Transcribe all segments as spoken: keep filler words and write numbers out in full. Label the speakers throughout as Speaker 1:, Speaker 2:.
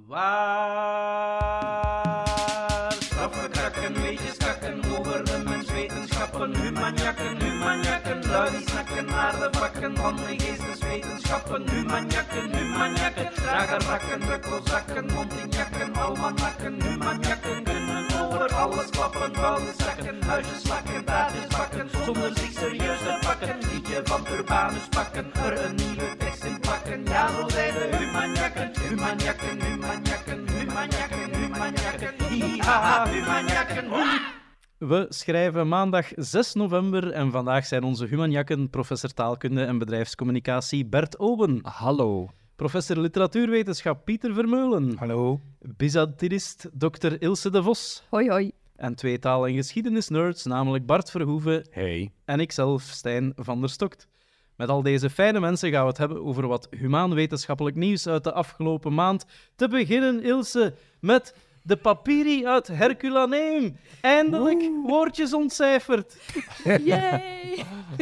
Speaker 1: Waar straffe krakken, weetjes kakken over de menswetenschappen, humanjakken, humanjakken, lui die snakken naar de vakken van de geesteswetenschappen, humanjakken, humanjakken, dragerakken, rukkelzakken, mondinjakken, almanakken, humanjakken kunnen over alles klappen, vuile zakken, huisjes slakken, taartjes bakken, zonder zich serieus te pakken, liedje van Urbanus pakken, er een nieuwe tekst in plakken, ja zo zijn de humanjakken, humanjakken, humanjakken, humanjakken, humanjakken, hi-ha-ha, humanjakken,
Speaker 2: We schrijven maandag zes november en vandaag zijn onze humanjakken professor taalkunde en bedrijfscommunicatie Bert Oben.
Speaker 3: Hallo.
Speaker 2: Professor literatuurwetenschap Pieter Vermeulen.
Speaker 3: Hallo.
Speaker 2: Byzantinist dokter Ilse de Vos.
Speaker 4: Hoi, hoi.
Speaker 2: En twee taal- en geschiedenisnerds, namelijk Bart Verhoeven
Speaker 3: Hey.
Speaker 2: en ikzelf, Stijn van der Stokt. Met al deze fijne mensen gaan we het hebben over wat humaan-wetenschappelijk nieuws uit de afgelopen maand. Te beginnen, Ilse, met de papyri uit Herculaneum. Eindelijk
Speaker 3: Oeh.
Speaker 2: woordjes ontcijferd.
Speaker 4: Yay!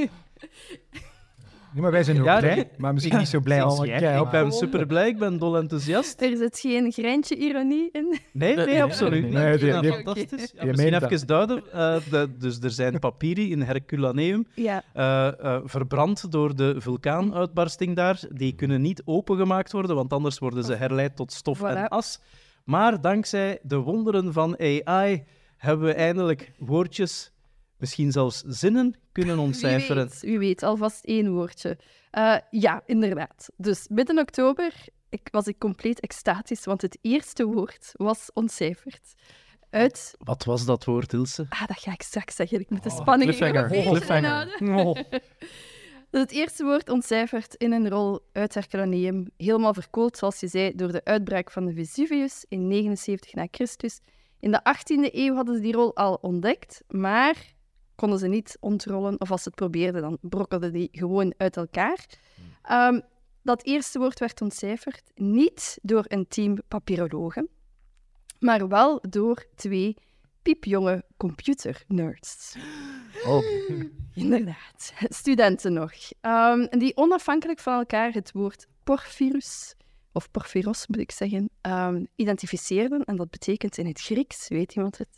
Speaker 3: Nee, maar wij zijn ook
Speaker 2: Ja,
Speaker 3: blij,
Speaker 2: nee.
Speaker 3: maar misschien niet zo blij als jij.
Speaker 2: Ik ben super blij, ik ben dol enthousiast.
Speaker 4: Er zit geen greintje ironie in.
Speaker 2: Nee, nee, absoluut niet.
Speaker 3: Nee,
Speaker 2: Ik vind
Speaker 3: die-
Speaker 2: dat
Speaker 3: die-
Speaker 2: fantastisch. Ja,
Speaker 3: die
Speaker 2: misschien
Speaker 3: meent dat.
Speaker 2: even duiden. eh, de, dus er zijn papyri in Herculaneum,
Speaker 4: Ja.
Speaker 2: eh, eh, verbrand door de vulkaanuitbarsting daar. Die kunnen niet opengemaakt worden, want anders worden ze herleid tot stof
Speaker 4: Voilà.
Speaker 2: en as. Maar dankzij de wonderen van A I hebben we eindelijk woordjes, misschien zelfs zinnen, kunnen
Speaker 4: Wie
Speaker 2: ontcijferen.
Speaker 4: weet, wie weet, alvast één woordje. Eh, ja, inderdaad. Dus midden oktober ik, was ik compleet extatisch, want het eerste woord was ontcijferd. Uit...
Speaker 2: Wat was dat woord, Ilse?
Speaker 4: Ah, dat ga ik straks zeggen. Ik moet de spanning even
Speaker 3: cliffhanger.
Speaker 4: een beetje
Speaker 3: Cliffhanger.
Speaker 4: inhouden.
Speaker 3: Oh.
Speaker 4: Dus het eerste woord ontcijferd in een rol uit Herculaneum, helemaal verkoold, zoals je zei, door de uitbraak van de Vesuvius in negenenzeventig na Christus. In de achttiende eeuw hadden ze die rol al ontdekt, maar konden ze niet ontrollen, of als ze het probeerden, dan brokkelden die gewoon uit elkaar. Um, dat eerste woord werd ontcijferd niet door een team papyrologen, maar wel door twee piepjonge computernerds.
Speaker 3: Oh.
Speaker 4: Inderdaad, studenten nog. Um, die onafhankelijk van elkaar het woord porphyrus, of porphyros moet ik zeggen, um, identificeerden. En dat betekent in het Grieks, weet iemand het?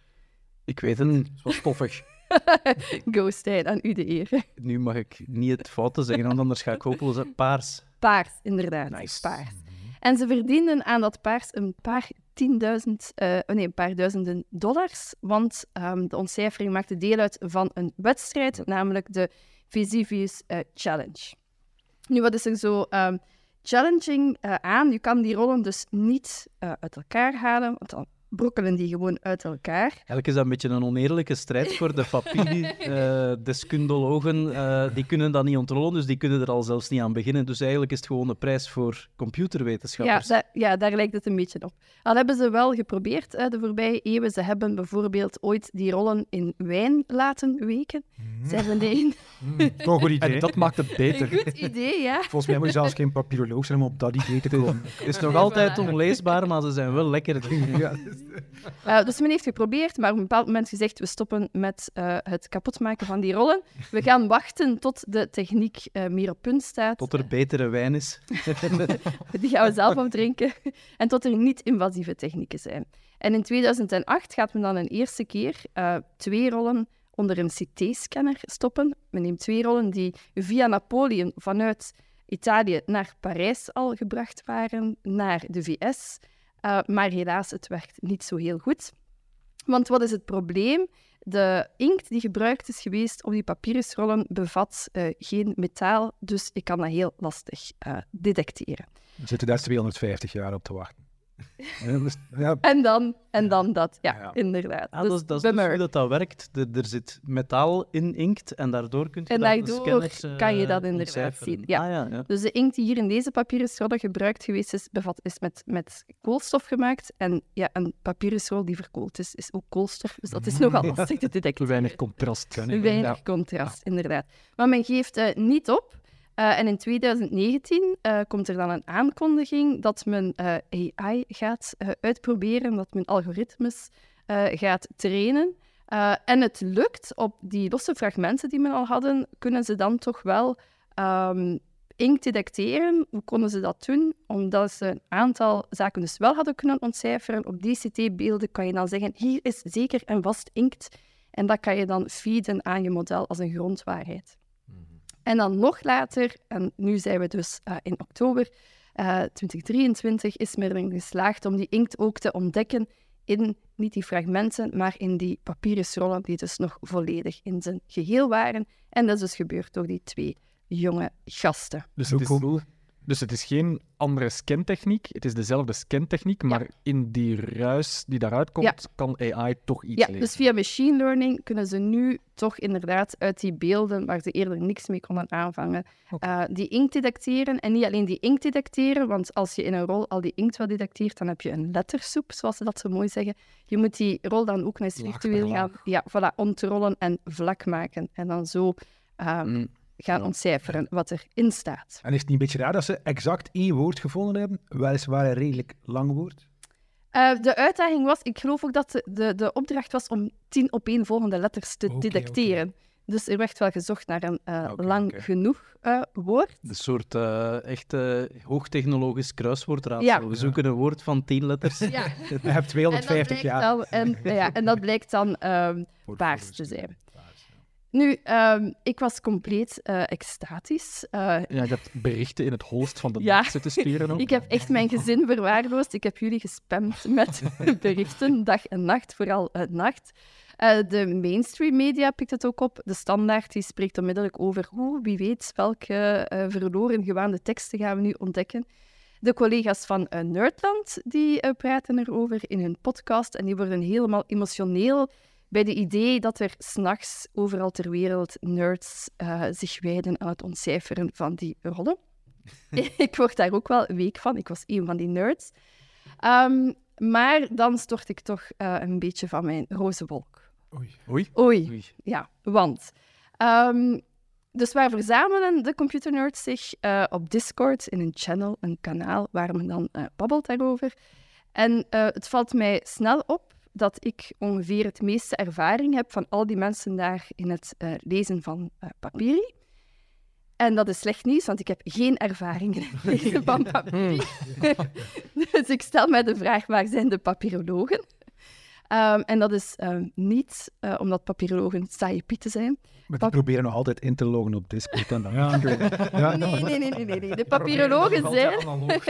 Speaker 2: Ik weet het niet.
Speaker 3: Dat was stoffig.
Speaker 4: Go Stijn, aan u de eer.
Speaker 2: Nu mag ik niet het foute zeggen, want anders ga ik hopeloos zeggen paars.
Speaker 4: Paars, inderdaad.
Speaker 2: Nice.
Speaker 4: Paars. En ze verdienden aan dat paars een paar tienduizend, uh, oh nee, een paar duizenden dollars, want um, de ontcijfering maakte deel uit van een wedstrijd, namelijk de Vesuvius uh, Challenge. Nu, wat is er zo um, challenging uh, aan? Je kan die rollen dus niet uh, uit elkaar halen, want dan brokkelen die gewoon uit elkaar.
Speaker 2: Eigenlijk is dat een beetje een oneerlijke strijd voor de papyri-deskundologen. Uh, uh, die kunnen dat niet ontrollen, dus die kunnen er al zelfs niet aan beginnen. Dus eigenlijk is het gewoon een prijs voor
Speaker 4: Ja,
Speaker 2: computerwetenschappers.
Speaker 4: da- ja, daar lijkt het een beetje op. Al hebben ze wel geprobeerd uh, de voorbije eeuwen. Ze hebben bijvoorbeeld ooit die rollen in wijn laten weken. Ze hebben die...
Speaker 3: Mm, toch een goed idee.
Speaker 5: En dat maakt het
Speaker 4: Een
Speaker 5: beter.
Speaker 4: goed idee, ja.
Speaker 3: Volgens mij moet je zelfs geen papyroloog zijn om op dat idee te komen.
Speaker 2: Het is nog altijd onleesbaar, maar ze zijn wel lekker.
Speaker 3: Ja.
Speaker 4: Uh, dus men heeft geprobeerd, maar op een bepaald moment gezegd, we stoppen met uh, het kapotmaken van die rollen. We gaan wachten tot de techniek uh, meer op punt staat.
Speaker 2: Tot er betere wijn is.
Speaker 4: Die gaan we zelf opdrinken. En tot er niet-invasieve technieken zijn. En in tweeduizend acht gaat men dan een eerste keer uh, twee rollen onder een C T-scanner stoppen. Men neemt twee rollen die via Napoleon vanuit Italië naar Parijs al gebracht waren, naar de V S. Uh, maar helaas, het werkt niet zo heel goed. Want wat is het probleem? De inkt die gebruikt is geweest op die papyrusrollen bevat uh, geen metaal, dus ik kan dat heel lastig uh, detecteren.
Speaker 3: We zitten daar tweehonderdvijftig jaar op te wachten. Ja, dus- ja,
Speaker 4: En dan, en dan dat, ja,
Speaker 3: Ja.
Speaker 4: inderdaad.
Speaker 2: Ah,
Speaker 4: Dus
Speaker 2: dat is, dat is dus
Speaker 4: bummer.
Speaker 2: hoe dat, dat werkt. De- er zit metaal in inkt en daardoor kun je
Speaker 4: En
Speaker 2: dat met
Speaker 4: daardoor
Speaker 2: scanners, uh,
Speaker 4: kan je dat inderdaad
Speaker 2: ontcijferen.
Speaker 4: zien, ja.
Speaker 2: Ah, ja, ja.
Speaker 4: Dus de inkt die hier in deze papyrusrollen gebruikt geweest is, bevat, is met, met koolstof gemaakt. En ja, een papyrusrol die verkoold is, is ook koolstof. Dus dat is nogal lastig te detecteren.
Speaker 5: Weinig contrast.
Speaker 4: Weinig
Speaker 5: Ja.
Speaker 4: contrast, inderdaad. Maar men geeft uh, niet op. Uh, en in tweeduizend negentien uh, komt er dan een aankondiging dat men uh, A I gaat uh, uitproberen, dat men algoritmes uh, gaat trainen. Uh, en het lukt, op die losse fragmenten die men al hadden, kunnen ze dan toch wel um, inkt detecteren. Hoe konden ze dat doen? Omdat ze een aantal zaken dus wel hadden kunnen ontcijferen. Op die C T-beelden kan je dan zeggen, hier is zeker en vast inkt. En dat kan je dan feeden aan je model als een grondwaarheid. Mm-hmm. En dan nog later, en nu zijn we dus uh, in oktober uh, twintig drieëntwintig, is men erin geslaagd om die inkt ook te ontdekken in niet die fragmenten, maar in die papyrusrollen die dus nog volledig in zijn geheel waren. En dat is dus gebeurd door die twee jonge gasten.
Speaker 5: Dus het is, dus het is geen andere scantechniek, het is dezelfde scantechniek, maar ja. in die ruis die daaruit komt, ja. kan A I toch iets
Speaker 4: ja,
Speaker 5: leren.
Speaker 4: Dus via machine learning kunnen ze nu toch inderdaad uit die beelden, waar ze eerder niks mee konden aanvangen, okay. uh, die inkt detecteren. En niet alleen die inkt detecteren, want als je in een rol al die inkt wel detecteert, dan heb je een lettersoep, zoals ze dat zo mooi zeggen. Je moet die rol dan ook nog eens virtueel gaan ja, voilà, ontrollen en vlak maken. En dan zo... Uh, mm. gaan ontcijferen wat erin staat.
Speaker 3: En is het niet een beetje raar dat ze exact één woord gevonden hebben, weliswaar een redelijk lang woord?
Speaker 4: Uh, de uitdaging was, ik geloof ook dat de, de, de opdracht was om tien opeenvolgende letters te okay, detecteren. Okay. Dus er werd wel gezocht naar een uh, okay, lang okay. genoeg uh, woord.
Speaker 2: Een soort uh, echt uh, hoogtechnologisch kruiswoordraadsel. Ja. We zoeken een woord van tien letters.
Speaker 4: Ja.
Speaker 3: Je hebt tweehonderdvijftig jaar.
Speaker 4: Dan, en, ja, en dat blijkt dan um, paars te zijn. Nu, um, ik was compleet uh, extatisch. Uh,
Speaker 5: ja, je hebt berichten in het holst van de ja, nacht zitten sturen ook.
Speaker 4: Ik heb echt mijn gezin verwaarloosd. Ik heb jullie gespamd met berichten, dag en nacht, vooral uh, nacht. Uh, de mainstream media pikt het ook op. De Standaard die spreekt onmiddellijk over hoe, wie weet, welke uh, verloren gewaande teksten gaan we nu ontdekken. De collega's van uh, Nerdland die uh, praten erover in hun podcast en die worden helemaal emotioneel bij de idee dat er 's nachts overal ter wereld nerds uh, zich wijden aan het ontcijferen van die rollen. Ik word daar ook wel week van. Ik was een van die nerds. Um, maar dan stort ik toch uh, een beetje van mijn roze wolk.
Speaker 3: Oei.
Speaker 5: Oei?
Speaker 4: Oei, Oei. Ja, want... Um, dus waar verzamelen de computernerds zich? Uh, op Discord, in een channel, een kanaal, waar men dan uh, babbelt daarover. En uh, het valt mij snel op dat ik ongeveer het meeste ervaring heb van al die mensen daar in het uh, lezen van uh, papyri. En dat is slecht nieuws, want ik heb geen ervaring in het lezen van papyri. Dus ik stel mij de vraag, waar zijn de papyrologen? Um, en dat is um, niet uh, omdat papyrologen saaie pieten zijn.
Speaker 3: Maar die Pap- proberen nog altijd in te loggen op Discord. En dan... ja,
Speaker 4: ja. Nee, nee, nee, nee, nee, nee. De papyrologen zijn...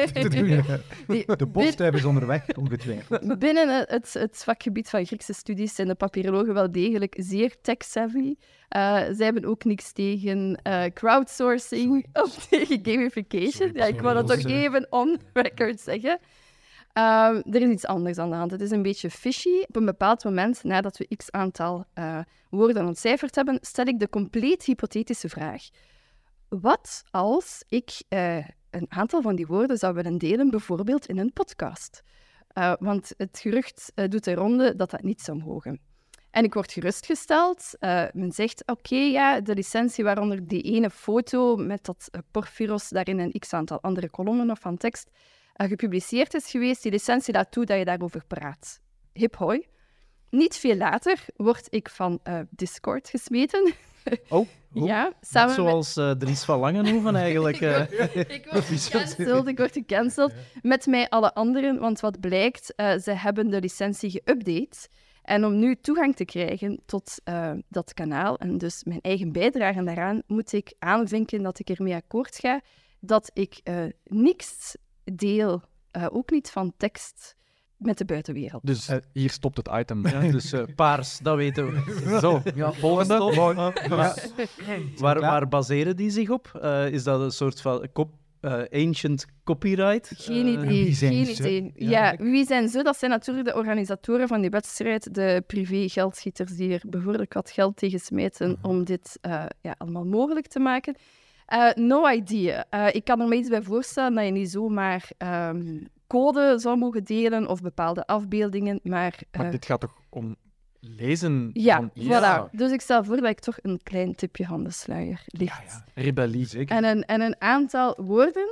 Speaker 3: De bofstuif is onderweg, ongetwijfeld.
Speaker 4: Binnen het, het vakgebied van Griekse studies zijn de papyrologen wel degelijk zeer tech-savvy. Uh, zij hebben ook niks tegen uh, crowdsourcing of tegen gamification. Sorry, ja, ik wil dat toch even on record zeggen. Uh, er is iets anders aan de hand. Het is een beetje fishy. Op een bepaald moment, nadat we x aantal uh, woorden ontcijferd hebben, stel ik de compleet hypothetische vraag. Wat als ik uh, een aantal van die woorden zou willen delen, bijvoorbeeld in een podcast? Uh, want het gerucht uh, doet de ronde dat dat niet zou mogen. En ik word gerustgesteld. Uh, men zegt, oké, okay, ja, de licentie waaronder die ene foto met dat uh, Porphyros daarin een x-aantal andere kolommen of van tekst uh, gepubliceerd is geweest, die licentie laat toe dat je daarover praat. Hip hoi. Niet veel later word ik van uh, Discord gesmeten.
Speaker 2: Oh, oh.
Speaker 4: Ja, samen
Speaker 2: zoals uh, Dries van Langenhoven eigenlijk. Uh.
Speaker 4: Ik word gecanceld, ik word gecanceld. Met mij alle anderen, want wat blijkt, uh, ze hebben de licentie geüpdate. En om nu toegang te krijgen tot uh, dat kanaal en dus mijn eigen bijdrage daaraan, moet ik aanvinken dat ik ermee akkoord ga dat ik uh, niks deel, uh, ook niet van tekst, met de buitenwereld.
Speaker 5: Dus uh, hier stopt het item.
Speaker 2: Ja, dus uh, paars, dat weten we. Zo, ja, volgende. Ja. Waar, waar baseren die zich op? Uh, is dat een soort van kop, uh, ancient copyright?
Speaker 4: Geen idee.
Speaker 3: Wie zijn
Speaker 4: geen
Speaker 3: ze?
Speaker 4: idee. Ja, ja, wie zijn ze? Dat zijn natuurlijk de organisatoren van die wedstrijd, de privé-geldschieters die er behoorlijk wat geld tegen smijten uh-huh. om dit uh, ja, allemaal mogelijk te maken. Uh, no idea. Uh, ik kan er me iets bij voorstellen dat je niet zomaar um, code zou mogen delen of bepaalde afbeeldingen, maar... Uh,
Speaker 5: maar dit gaat toch om lezen?
Speaker 4: Ja,
Speaker 5: van...
Speaker 4: voilà.
Speaker 5: ja.
Speaker 4: Dus ik stel voor dat ik toch een klein tipje aan de sluier licht.
Speaker 5: Ja, ja. Rebellie, zeker.
Speaker 4: En een, en een aantal woorden...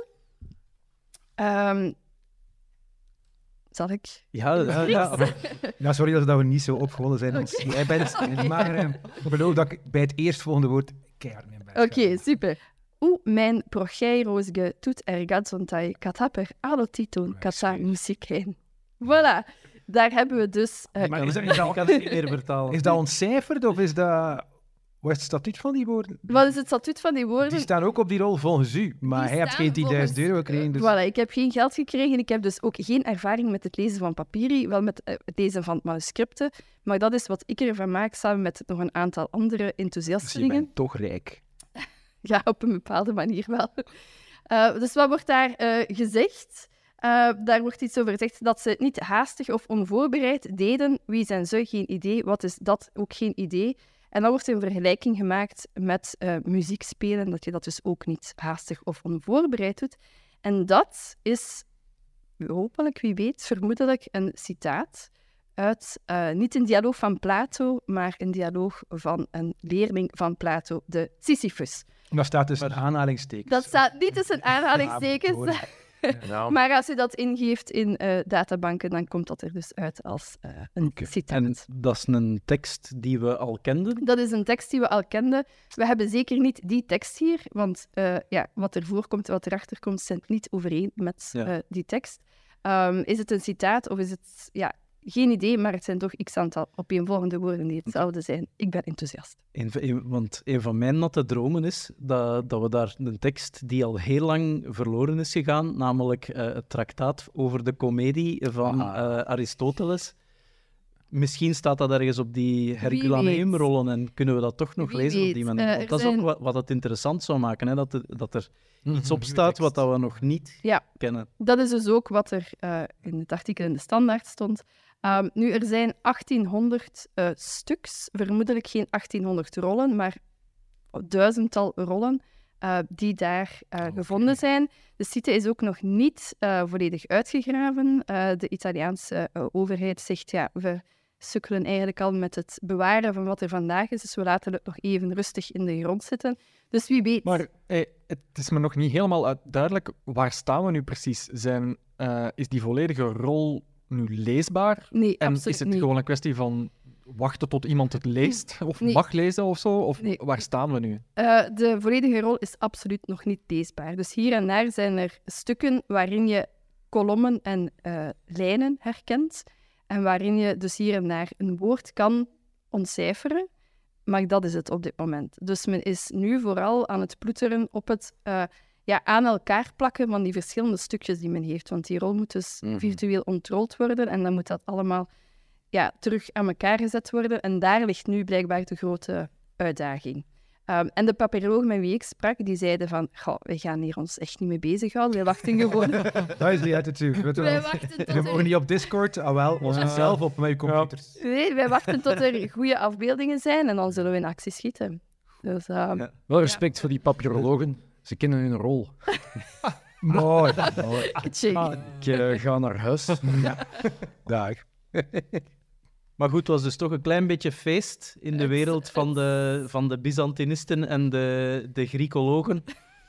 Speaker 4: Um, zal ik...
Speaker 2: Ja, ja, ja.
Speaker 3: ja, sorry dat we niet zo opgewonden zijn als
Speaker 4: okay.
Speaker 3: jij bent.
Speaker 4: Okay.
Speaker 3: Maar uh, ik beloof dat ik bij het eerstvolgende woord keihard mijn best
Speaker 4: Oké, okay, super. U mijn progeirosge tut ergadzontai kataper alotitun kata muziekijn. Voilà, daar hebben we dus... Uh,
Speaker 3: Maar is dat,
Speaker 2: Ik
Speaker 3: is dat,
Speaker 2: kan het niet meer vertalen.
Speaker 3: is dat ontcijferd of is dat... Wat is het statuut van die woorden?
Speaker 4: wat is het statuut van die woorden?
Speaker 3: Die staan ook op die rol volgens u, maar
Speaker 4: Die
Speaker 3: hij heeft
Speaker 4: staan
Speaker 3: geen tienduizend euro gekregen. Dus...
Speaker 4: Voilà, ik heb geen geld gekregen. Ik heb dus ook geen ervaring met het lezen van papiri, wel met uh, het lezen van manuscripten. Maar dat is wat ik ervan maak, samen met nog een aantal andere
Speaker 3: Dus je
Speaker 4: enthousiastelingen.
Speaker 3: bent toch rijk.
Speaker 4: Ja, op een bepaalde manier wel. Uh, dus wat wordt daar uh, gezegd? Uh, daar wordt iets over gezegd dat ze het niet haastig of onvoorbereid deden. Wie zijn ze? Geen idee. Wat is dat? Ook geen idee. En dan wordt er een vergelijking gemaakt met uh, muziek spelen, dat je dat dus ook niet haastig of onvoorbereid doet. En dat is, hopelijk, wie weet, vermoedelijk een citaat uit uh, niet een dialoog van Plato, maar een dialoog van een leerling van Plato, de Sisyphus.
Speaker 3: Dat staat dus aanhalingstekens.
Speaker 4: Dat staat niet tussen aanhalingstekens.
Speaker 3: Ja,
Speaker 6: Nou,
Speaker 4: Maar als je dat ingeeft in uh, databanken, dan komt dat er dus uit als uh, een
Speaker 3: Oké.
Speaker 4: citaat.
Speaker 2: En dat is een tekst die we al kenden.
Speaker 4: Dat is een tekst die we al kenden. We hebben zeker niet die tekst hier, want uh, ja, wat er voorkomt en wat erachter komt, stemt niet overeen met
Speaker 2: Ja.
Speaker 4: uh, die tekst. Um, is het een citaat of is het... Ja, geen idee, maar het zijn toch x-aantal opeenvolgende woorden die hetzelfde zijn. Ik ben enthousiast.
Speaker 2: Een, een- want een van mijn natte dromen is dat, dat we daar een tekst die al heel lang verloren is gegaan, namelijk eh, het traktaat over de komedie van
Speaker 3: Ah.
Speaker 2: eh, Aristoteles. Misschien staat dat ergens op die Herculaneum-rollen en kunnen we dat toch nog
Speaker 4: Wie
Speaker 2: lezen op
Speaker 4: weet.
Speaker 2: die manier.
Speaker 4: Eh,
Speaker 2: Want
Speaker 4: er
Speaker 2: dat is
Speaker 4: zijn-
Speaker 2: ook wat, wat het interessant zou maken, hè, dat, er- dat er iets
Speaker 3: Mhm.
Speaker 2: op staat wat dat we nog niet
Speaker 4: Ja.
Speaker 2: kennen.
Speaker 4: Dat is dus ook wat er uh, in het artikel in de Standaard stond. Um, nu, er zijn achttienhonderd uh, stuks, vermoedelijk geen achttienhonderd rollen, maar duizendtal rollen uh, die daar uh,
Speaker 3: Okay.
Speaker 4: gevonden zijn. De site is ook nog niet uh, volledig uitgegraven. Uh, de Italiaanse uh, overheid zegt, ja, we sukkelen eigenlijk al met het bewaren van wat er vandaag is, dus we laten het nog even rustig in de grond zitten. Dus wie weet.
Speaker 5: Maar hey, het is me nog niet helemaal uit- duidelijk, waar staan we nu precies? Zijn, uh, is die volledige rol nu leesbaar?
Speaker 4: Nee,
Speaker 5: En
Speaker 4: absoluut
Speaker 5: is het
Speaker 4: niet.
Speaker 5: gewoon een kwestie van wachten tot iemand het leest? Of
Speaker 4: Nee.
Speaker 5: mag lezen of zo? Of
Speaker 4: Nee.
Speaker 5: waar staan we nu?
Speaker 4: Uh, de volledige rol is absoluut nog niet leesbaar. Dus hier en daar zijn er stukken waarin je kolommen en uh, lijnen herkent. En waarin je dus hier en daar een woord kan ontcijferen. Maar dat is het op dit moment. Dus men is nu vooral aan het ploeteren op het uh, ja, aan elkaar plakken van die verschillende stukjes die men heeft. Want die rol moet dus
Speaker 6: Mhm.
Speaker 4: virtueel ontrold worden. En dan moet dat allemaal ja, terug aan elkaar gezet worden. En daar ligt nu blijkbaar de grote uitdaging. Um, en de papirologen met wie ik sprak, die zeiden van, goh, we gaan hier ons echt niet mee bezighouden. Wij wachten gewoon.
Speaker 3: Dat is die attitude. Weet je
Speaker 4: Wij
Speaker 3: wel.
Speaker 4: wachten
Speaker 3: We
Speaker 4: tot
Speaker 3: mogen
Speaker 4: er,
Speaker 3: niet op Discord, ah wel, ons
Speaker 5: Ja.
Speaker 3: zelf op met je computers.
Speaker 4: nee, wij wachten tot er goede afbeeldingen zijn en dan zullen we in actie schieten. Dus um,
Speaker 2: Ja.
Speaker 6: wel respect voor die papirologen. Ze kennen hun rol.
Speaker 3: Mooi. Mooi.
Speaker 4: check.
Speaker 6: Ah, ik eh, ga naar huis.
Speaker 3: Dag.
Speaker 2: Maar goed, het was dus toch een klein beetje feest in de
Speaker 4: Het-
Speaker 2: wereld van de, van de Byzantinisten en de, de Griekologen.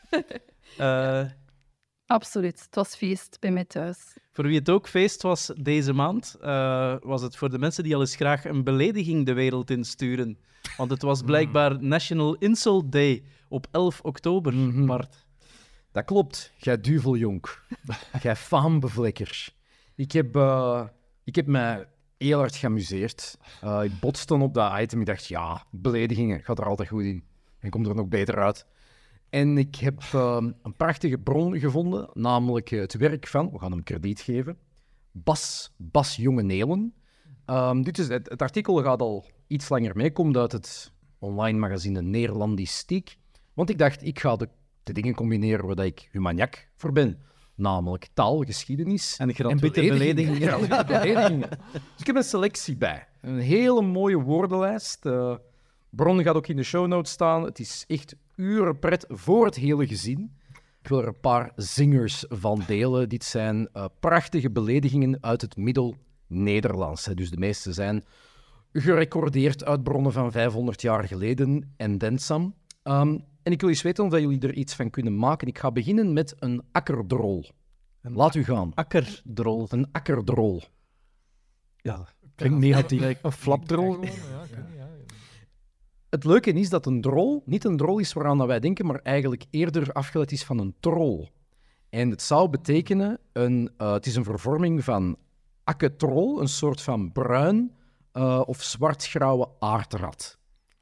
Speaker 2: Eh,
Speaker 4: Absoluut, het was feest bij mij thuis.
Speaker 2: voor wie het ook feest was deze maand, eh, was het voor de mensen die al eens graag een belediging de wereld insturen. Want het was blijkbaar National Insult Day op elf oktober,
Speaker 6: Mhm.
Speaker 2: Bart.
Speaker 6: Dat klopt, jij duveljonk. Jij faambevlekker. Ik heb, eh, ik heb mij heel hard geamuseerd. Eh, ik botste op dat item. Ik dacht, ja, beledigingen, gaat er altijd goed in. En komt er nog beter uit. En ik heb eh, een prachtige bron gevonden, namelijk het werk van, we gaan hem krediet geven, Bas, Bas Jongenelen. Ehm, dit is, het, het artikel gaat al iets langer mee, komt uit het online magazine Neerlandistiek. Want ik dacht, ik ga de, de dingen combineren waar dat ik humaniak voor ben. Namelijk taal, geschiedenis
Speaker 2: En gratuite
Speaker 6: beledigingen. Ja, beledigingen. Dus ik heb een selectie bij. Een hele mooie woordenlijst. De bron gaat ook in de show notes staan. Het is echt uren pret voor het hele gezin. Ik wil er een paar zingers van delen. Dit zijn uh, prachtige beledigingen uit het Middel-Nederlands. Hè. Dus de meeste zijn gerecordeerd uit bronnen van vijfhonderd jaar geleden en densam. Um, en ik wil eens weten of dat jullie er iets van kunnen maken. Ik ga beginnen met een akkerdrol. Laat u gaan.
Speaker 2: Akkerdrol.
Speaker 6: Een akkerdrol.
Speaker 2: Ja,
Speaker 6: Klinkt negatief.
Speaker 5: Een flapdrol gewoon? Ja,
Speaker 6: Het leuke is dat een drol niet een drol is waaraan wij denken, maar eigenlijk eerder afgeleid is van een troll. En het zou betekenen, een, uh, het is een vervorming van akketrol, een soort van bruin uh, of zwart-grauwe aardrat.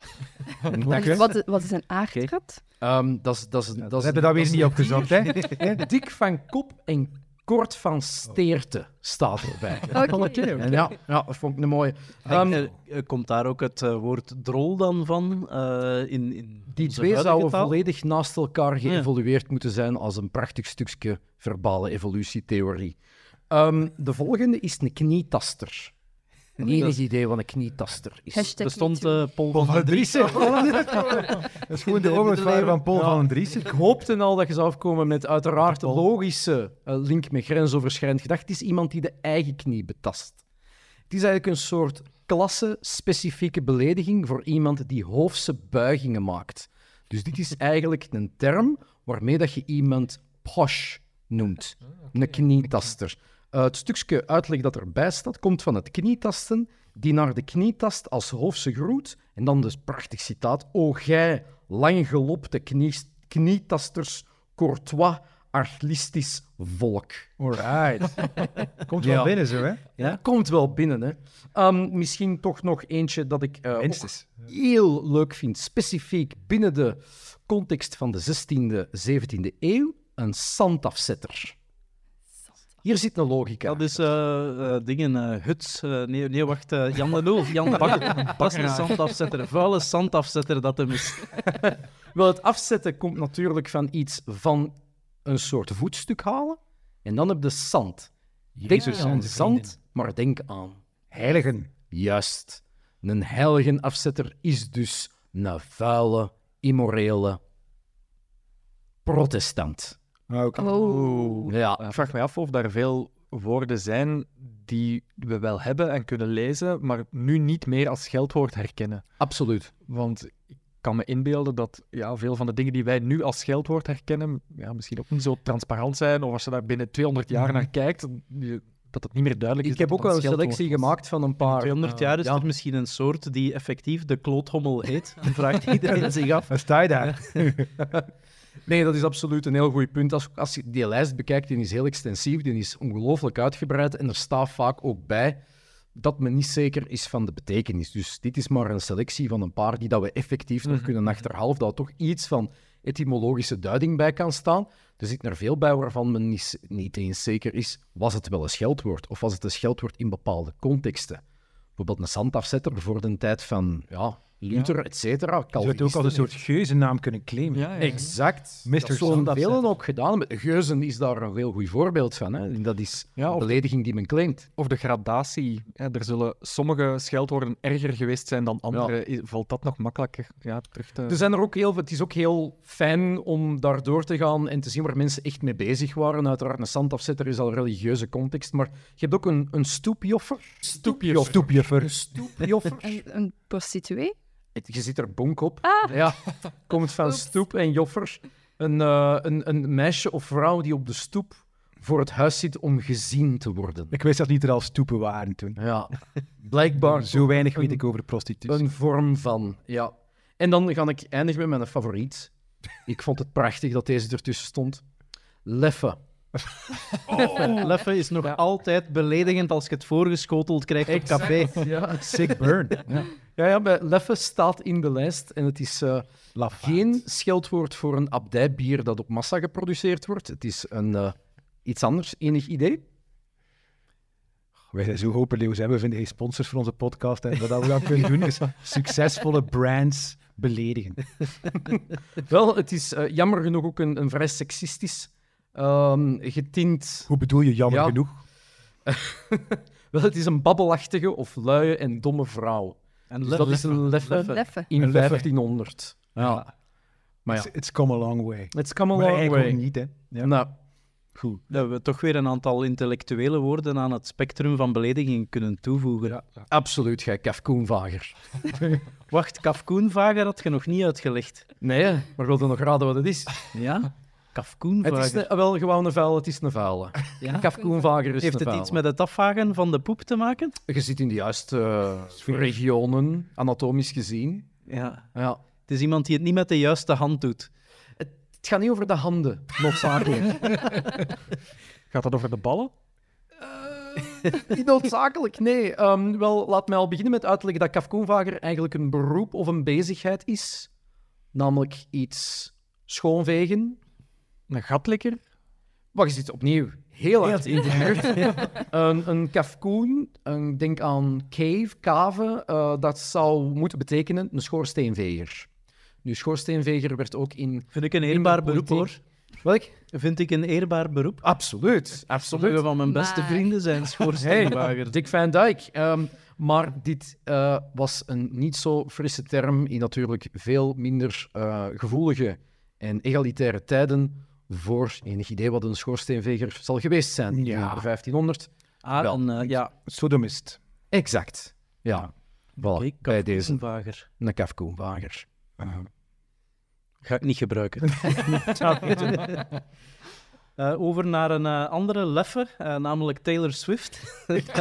Speaker 3: Okay.
Speaker 4: Wat, wat is een aardrat?
Speaker 6: Um, dat is, dat is, dat
Speaker 3: Dat
Speaker 6: is,
Speaker 3: hebben we dat weer niet opgezocht, hè?
Speaker 6: dik van kop en kort van steerte staat erbij.
Speaker 4: Oké.
Speaker 6: En ja, ja, dat vond ik een mooie. Um,
Speaker 2: Uh, uh, komt daar ook het uh, woord drol dan van? Uh, in, in
Speaker 6: die
Speaker 2: onze
Speaker 6: twee
Speaker 2: huidige
Speaker 6: zouden
Speaker 2: taal?
Speaker 6: volledig naast elkaar geëvolueerd moeten zijn als een prachtig stukje verbale evolutietheorie. Um, de volgende is een knietaster. Enig idee wat een knietaster is.
Speaker 4: Hashtag
Speaker 2: Er stond
Speaker 4: MeToo.
Speaker 2: uh, Paul
Speaker 3: Paul
Speaker 2: van
Speaker 3: van Driessen. Dat is gewoon de overvaar van Paul van Driessen.
Speaker 6: Ik hoopte al dat je zou afkomen met uiteraard de logische uh, link met grensoverschrijdend gedrag. Het is iemand die de eigen knie betast. Het is eigenlijk een soort klasse-specifieke belediging voor iemand die hoofdse buigingen maakt. Dus dit is eigenlijk een term waarmee dat je iemand posh noemt. Een knietaster. Uh, het stukje uitleg dat erbij staat, komt van het knietasten, die naar de knietast als hoofdse groet. En dan dus prachtig citaat. O gij, langgelopte knie, knietasters, courtois, arglistisch volk.
Speaker 3: Alright. Komt wel
Speaker 6: Ja.
Speaker 3: binnen zo, hè?
Speaker 6: Ja, komt wel binnen, hè. Um, misschien toch nog eentje dat ik uh, ook
Speaker 3: Minstens.
Speaker 6: heel leuk vind, specifiek binnen de context van de zestiende, zeventiende eeuw, een zandafzetter. Hier zit een logica.
Speaker 2: Dat is uh, uh, dingen, uh, huts. Uh, nee, nee, wacht. Uh, Jan de Nul. Jan Bakker. Dat is een zandafzetter. Een vuile zandafzetter dat hem is.
Speaker 6: Wel, het afzetten komt natuurlijk van iets van een soort voetstuk halen. En dan heb je zand. Denk
Speaker 3: Jezus
Speaker 6: aan
Speaker 3: en zijn
Speaker 6: zand,
Speaker 3: vrienden.
Speaker 6: maar denk aan
Speaker 3: Heiligen.
Speaker 6: juist. Een heilige afzetter is dus een vuile, immorele protestant.
Speaker 3: Ah, oké.
Speaker 4: Oh.
Speaker 6: Ja,
Speaker 5: Ik vraag me af of daar veel woorden zijn die we wel hebben en kunnen lezen, maar nu niet meer als scheldwoord herkennen.
Speaker 6: absoluut.
Speaker 5: Want ik kan me inbeelden dat ja, veel van de dingen die wij nu als scheldwoord herkennen, ja, misschien ook niet zo transparant zijn, of als je daar binnen tweehonderd jaar naar kijkt, die- dat het niet meer duidelijk is.
Speaker 6: Ik heb
Speaker 5: dat
Speaker 6: ook
Speaker 5: het
Speaker 6: wel een
Speaker 5: scheldwoord
Speaker 6: selectie
Speaker 5: was.
Speaker 6: gemaakt van een paar...
Speaker 2: tweehonderd jaar is
Speaker 6: ja.
Speaker 2: er misschien een soort die effectief de kloothommel heet. Dan vraagt iedereen zich af.
Speaker 3: Waar sta je daar?
Speaker 6: Nee, dat is absoluut een heel goed punt. Als, als je die lijst bekijkt, die is heel extensief, die is ongelooflijk uitgebreid en er staat vaak ook bij dat men niet zeker is van de betekenis. Dus dit is maar een selectie van een paar die dat we effectief nog kunnen achterhalen, dat er toch iets van etymologische duiding bij kan staan. Er zit er veel bij waarvan men niet, niet eens zeker is, was het wel een scheldwoord of was het een scheldwoord in bepaalde contexten. Bijvoorbeeld een zandafzetter voor de tijd van ja, Luther, et cetera.
Speaker 3: Je zou het ook als een soort geuzennaam kunnen claimen.
Speaker 5: Ja, ja, ja.
Speaker 6: Exact.
Speaker 3: mister
Speaker 6: Dat zullen
Speaker 3: Zandafzetter.
Speaker 6: velen ook gedaan. Met Geuzen is daar een heel goed voorbeeld van. Hè. En dat is
Speaker 5: Ja,
Speaker 6: een
Speaker 5: of-
Speaker 6: belediging die men claimt.
Speaker 5: Of de gradatie. Hè. Er zullen sommige scheldwoorden erger geweest zijn dan andere. I- Valt dat nog makkelijker ja, terug te...
Speaker 6: Er zijn er ook heel, het is ook heel fijn om daar door te gaan en te zien waar mensen echt mee bezig waren. Uiteraard, een zandafzetter is al een religieuze context, maar je hebt ook een, een stoepjoffer. Stoepjoffer.
Speaker 3: Stoepjuffer.
Speaker 6: Stoepjoffer.
Speaker 4: En een prostituee?
Speaker 6: Het- Je zit er bonk op.
Speaker 4: Ah.
Speaker 6: Ja, komt van
Speaker 4: Oeps.
Speaker 6: stoep en joffer. Een, eh, een, een meisje of vrouw die op de stoep voor het huis zit om gezien te worden.
Speaker 3: Ik wist dat niet er al stoepen waren toen.
Speaker 6: Ja, blijkbaar
Speaker 3: Zo weinig weet
Speaker 6: een-
Speaker 3: ik over prostitutie.
Speaker 6: een vorm van, ja. En dan ga ik eindigen met mijn favoriet. Ik vond het prachtig dat deze ertussen stond. Leffe.
Speaker 2: Leffe is nog altijd beledigend als je het voorgeschoteld krijgt op café.
Speaker 6: Ja,
Speaker 3: Sick burn. Ja.
Speaker 6: ja, ja bij Leffe staat in de lijst en het is eh,
Speaker 3: Lafaard.
Speaker 6: geen scheldwoord voor een abdijbier dat op massa geproduceerd wordt. Het is een, eh, iets anders. Enig idee?
Speaker 3: Wij zijn zo hopeloos, hè. We vinden geen sponsors voor onze podcast. En wat we dan kunnen doen is succesvolle brands beledigen.
Speaker 6: Wel, het is eh, jammer genoeg ook een, een vrij seksistisch ehm, getint...
Speaker 3: Hoe bedoel je jammer
Speaker 6: Ja.
Speaker 3: genoeg?
Speaker 6: Wel, het is een babbelachtige of luie en domme vrouw.
Speaker 2: En
Speaker 6: Dus
Speaker 2: lef-
Speaker 6: dat is een leffe
Speaker 4: Leffe.
Speaker 6: in
Speaker 3: Een leffe.
Speaker 6: vijftienhonderd. Ja. Maar ja,
Speaker 3: It's, it's come a long way.
Speaker 6: it's come a
Speaker 3: Maar
Speaker 6: long
Speaker 3: eigenlijk
Speaker 6: way.
Speaker 3: ook niet, hè. Ja.
Speaker 6: Nou,
Speaker 2: Goed. Dat we toch weer een aantal intellectuele woorden aan het spectrum van belediging kunnen toevoegen.
Speaker 6: absoluut, gij kafkoenvager.
Speaker 2: Wacht, kafkoenvager had je nog niet uitgelegd.
Speaker 6: Nee, hè, maar wilde nog raden wat het is?
Speaker 2: Ja?
Speaker 6: Het
Speaker 2: Kafkoenvager.
Speaker 6: is een- wel gewoon een vuil, het is een vuile.
Speaker 2: Ja?
Speaker 6: Kafkoenvager is
Speaker 2: Heeft
Speaker 6: een
Speaker 2: het
Speaker 6: vuile.
Speaker 2: iets met het afvagen van de poep te maken?
Speaker 6: Je zit in de juiste uh, regionen, anatomisch gezien.
Speaker 2: Ja.
Speaker 6: Ja.
Speaker 2: Het is iemand die het niet met de juiste hand doet.
Speaker 6: Het, het gaat niet over de handen, noodzakelijk.
Speaker 5: Gaat dat over de ballen?
Speaker 6: Niet noodzakelijk, nee. Ehm, wel, laat mij al beginnen met uitleggen dat kafkoenvager eigenlijk een beroep of een bezigheid is. Namelijk iets schoonvegen.
Speaker 5: Een gatlikker?
Speaker 6: Wacht eens, opnieuw. Heel hard ingehuurd. een, een kafkoen, een, denk aan cave, kave, uh, dat zou moeten betekenen een schoorsteenveger. Nu, schoorsteenveger werd ook in...
Speaker 2: Vind ik een eerbaar beroep, hoor.
Speaker 6: Welk?
Speaker 2: Vind ik een eerbaar beroep.
Speaker 6: Absoluut, absoluut.
Speaker 2: Sommige van mijn beste
Speaker 4: Maar-
Speaker 2: vrienden zijn schoorsteenvager.
Speaker 6: Hey, Dick Van Dyke. Ehm, maar dit uh, was een niet zo frisse term in natuurlijk veel minder uh, gevoelige en egalitaire tijden voor enig idee wat een schoorsteenveger zal geweest zijn.
Speaker 3: Ja.
Speaker 6: In de vijftienhonderd.
Speaker 2: Ah,
Speaker 6: Wel.
Speaker 2: een, uh, ja,
Speaker 3: Sodomist.
Speaker 6: Exact. Ja, voilà.
Speaker 2: oké,
Speaker 6: bij deze.
Speaker 2: kafkoenvager.
Speaker 6: Een kafkoenvager.
Speaker 2: Ga ik niet gebruiken. Uh, over naar een uh, andere leffe, uh, namelijk Taylor Swift.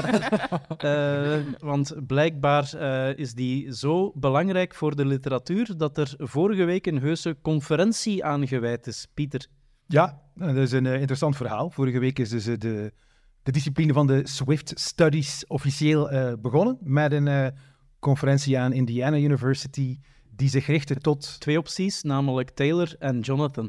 Speaker 2: uh, want blijkbaar uh, is die zo belangrijk voor de literatuur dat er vorige week een heuse conferentie aan gewijd is. Pieter.
Speaker 3: Ja, dat is een uh, interessant verhaal. Vorige week is dus uh, de, de discipline van de Swift Studies officieel uh, begonnen met een uh, conferentie aan Indiana University die zich richtte tot...
Speaker 2: Twee opties, namelijk Taylor en Jonathan.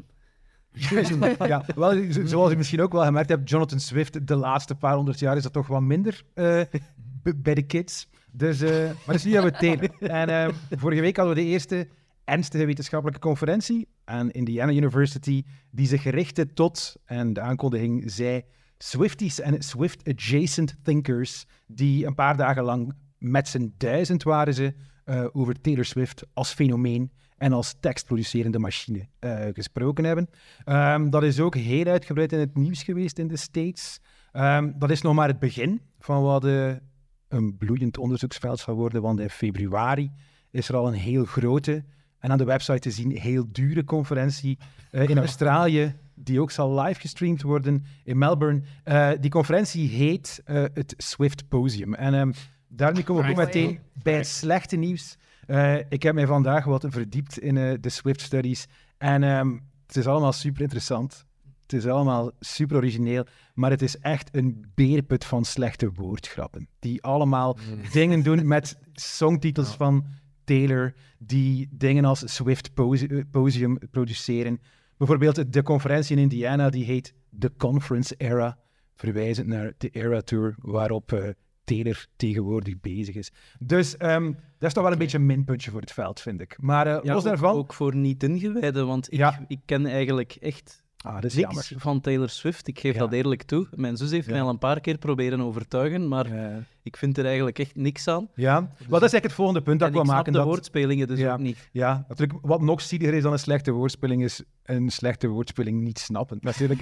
Speaker 3: ja, wel, zo- zoals je misschien ook wel gemerkt hebt, Jonathan Swift, de laatste paar honderd jaar is dat toch wat minder uh, b- bij de kids. Dus, uh, maar dus nu hebben we het Taylor. En uh, vorige week hadden we de eerste ernstige wetenschappelijke conferentie aan Indiana University, die zich richtte tot, en de aankondiging zei, Swifties en Swift-adjacent thinkers, die een paar dagen lang met z'n duizend waren ze uh, over Taylor Swift als fenomeen en als tekstproducerende machine uh, gesproken hebben. Um, dat is ook heel uitgebreid in het nieuws geweest in de States. Um, dat is nog maar het begin van wat uh, een bloeiend onderzoeksveld zal worden, want in februari is er al een heel grote en aan de website te zien heel dure conferentie uh, in Australië, die ook zal live gestreamd worden in Melbourne. Uh, die conferentie heet uh, het Swiftposium. En um, daarmee komen we ook meteen bij het slechte nieuws. Uh, ik heb mij vandaag wat verdiept in uh, de Swift Studies. En um, het is allemaal super interessant. Het is allemaal super origineel. Maar het is echt een beerput van slechte woordgrappen. Die allemaal dingen doen met songtitels van Taylor. Die dingen als Swift Posi- Posium produceren. Bijvoorbeeld de conferentie in Indiana, die heet The Conference Era. Verwijzend naar de Era Tour, waarop... Uh, Taylor tegenwoordig bezig is. Dus um, dat is toch wel een beetje een minpuntje voor het veld, vind ik. Maar uh,
Speaker 2: Ja,
Speaker 3: los
Speaker 2: ook,
Speaker 3: daarvan...
Speaker 2: ook voor niet-ingewijden, want ik,
Speaker 3: Ja.
Speaker 2: ik ken eigenlijk echt
Speaker 3: Ah, dat is
Speaker 2: niks
Speaker 3: jammer.
Speaker 2: van Taylor Swift. Ik geef
Speaker 3: Ja.
Speaker 2: dat eerlijk toe. Mijn zus heeft
Speaker 3: Ja.
Speaker 2: mij al een paar keer proberen overtuigen, maar
Speaker 3: Uh,
Speaker 2: ik vind er eigenlijk echt niks aan.
Speaker 3: ja, maar dat is eigenlijk het volgende punt dat
Speaker 2: En
Speaker 3: ik
Speaker 2: ik
Speaker 3: wil
Speaker 2: snap
Speaker 3: maken.
Speaker 2: de
Speaker 3: Dat,
Speaker 2: woordspelingen dus
Speaker 3: Ja.
Speaker 2: ook niet.
Speaker 3: ja, natuurlijk, wat nog zieliger is dan een slechte woordspeling, is een slechte woordspeling niet snappen. Natuurlijk.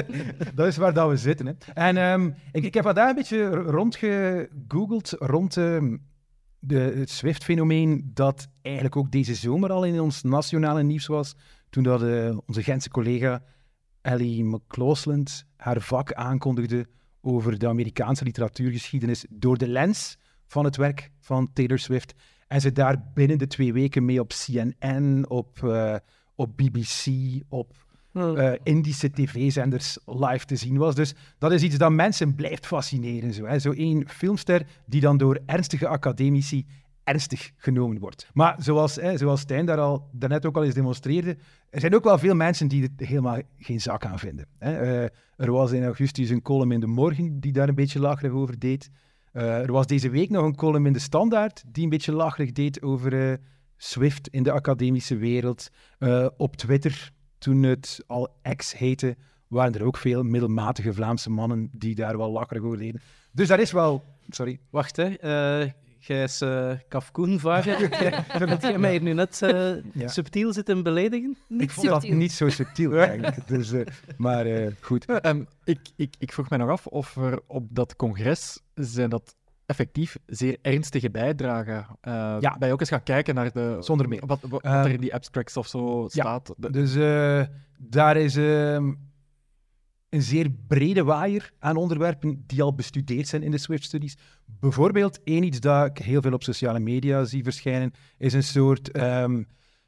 Speaker 3: Dat is waar dat we zitten. Hè. En um, ik, ik heb vandaag een beetje rondgegoogeld rond um, de, het Swift-fenomeen dat eigenlijk ook deze zomer al in ons nationale nieuws was, toen dat, uh, onze Gentse collega Ellie McCausland haar vak aankondigde over de Amerikaanse literatuurgeschiedenis door de lens van het werk van Taylor Swift. En ze daar binnen de twee weken mee op C N N, op, uh, op B B C, op uh, Indische tv-zenders live te zien was. Dus dat is iets dat mensen blijft fascineren. Zo, hè. Zo één filmster die dan door ernstige academici ernstig genomen wordt. Maar zoals, hè, zoals Stijn daar al, daarnet ook al eens demonstreerde, er zijn ook wel veel mensen die er helemaal geen zak aan vinden. Hè. Uh, er was in augustus een column in De Morgen die daar een beetje lacherig over deed. Uh, er was deze week nog een column in De Standaard die een beetje lacherig deed over uh, Swift in de academische wereld. Uh, op Twitter, toen het al X heette, waren er ook veel middelmatige Vlaamse mannen die daar wel lacherig over deden. Dus dat is wel... Sorry.
Speaker 2: Wacht, hè. Uh, Gijs uh, Kafkoenvager. Heb jij mij hier nu net uh,
Speaker 3: Ja.
Speaker 2: subtiel zitten beledigen?
Speaker 3: Ik vond dat niet zo subtiel eigenlijk. Dus, uh, maar uh, goed.
Speaker 5: Um, ik, ik, ik vroeg mij nog af of er op dat congres zijn dat effectief zeer ernstige bijdragen. Uh,
Speaker 3: Ja.
Speaker 5: Ben je ook eens gaan kijken naar de...
Speaker 3: Zonder meer.
Speaker 5: Wat, wat, wat
Speaker 3: Uh,
Speaker 5: er in die abstracts of zo staat. De-
Speaker 3: Dus uh, daar is... Uh, een zeer brede waaier aan onderwerpen die al bestudeerd zijn in de Swift-studies. Bijvoorbeeld, één iets dat ik heel veel op sociale media zie verschijnen, is een soort um,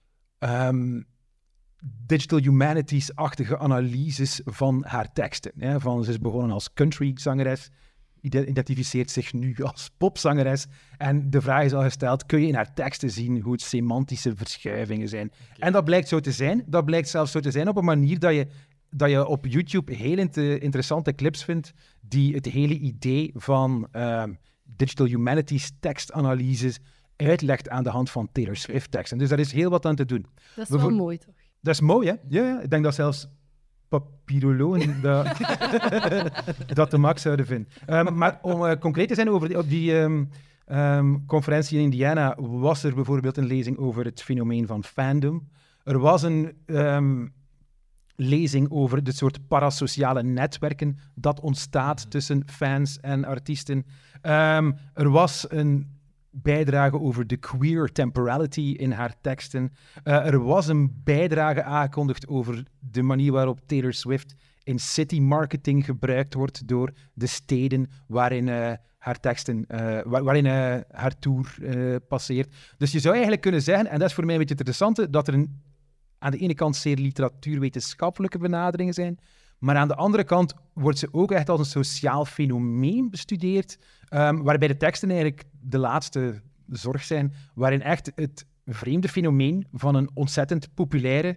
Speaker 3: um, digital humanities-achtige analyses van haar teksten. Hè? Van, ze is begonnen als country-zangeres, identificeert zich nu als popzangeres. En de vraag is al gesteld, kun je in haar teksten zien hoe het semantische verschuivingen zijn? Okay. En dat blijkt zo te zijn. Dat blijkt zelfs zo te zijn op een manier dat je, dat je op YouTube heel inter- interessante clips vindt die het hele idee van uh, digital humanities tekstanalyses uitlegt aan de hand van Taylor Swift teksten. Dus daar is heel wat aan te doen.
Speaker 4: Dat is wel Bevo- mooi, toch?
Speaker 3: Dat is mooi, hè? Ja, ja. Ik denk dat zelfs papirologen dat, dat de max zouden vinden. Um, maar om uh, concreet te zijn over die, op die um, um, conferentie in Indiana was er bijvoorbeeld een lezing over het fenomeen van fandom. Er was een um, lezing over de soort parasociale netwerken dat ontstaat tussen fans en artiesten. Um, er was een bijdrage over de queer temporality in haar teksten. Uh, er was een bijdrage aangekondigd over de manier waarop Taylor Swift in city marketing gebruikt wordt door de steden waarin uh, haar teksten, uh, waar, waarin uh, haar tour uh, passeert. Dus je zou eigenlijk kunnen zeggen, en dat is voor mij een beetje het interessante, dat er een, aan de ene kant zeer literatuurwetenschappelijke benaderingen zijn, maar aan de andere kant wordt ze ook echt als een sociaal fenomeen bestudeerd, um, waarbij de teksten eigenlijk de laatste zorg zijn, waarin echt het vreemde fenomeen van een ontzettend populaire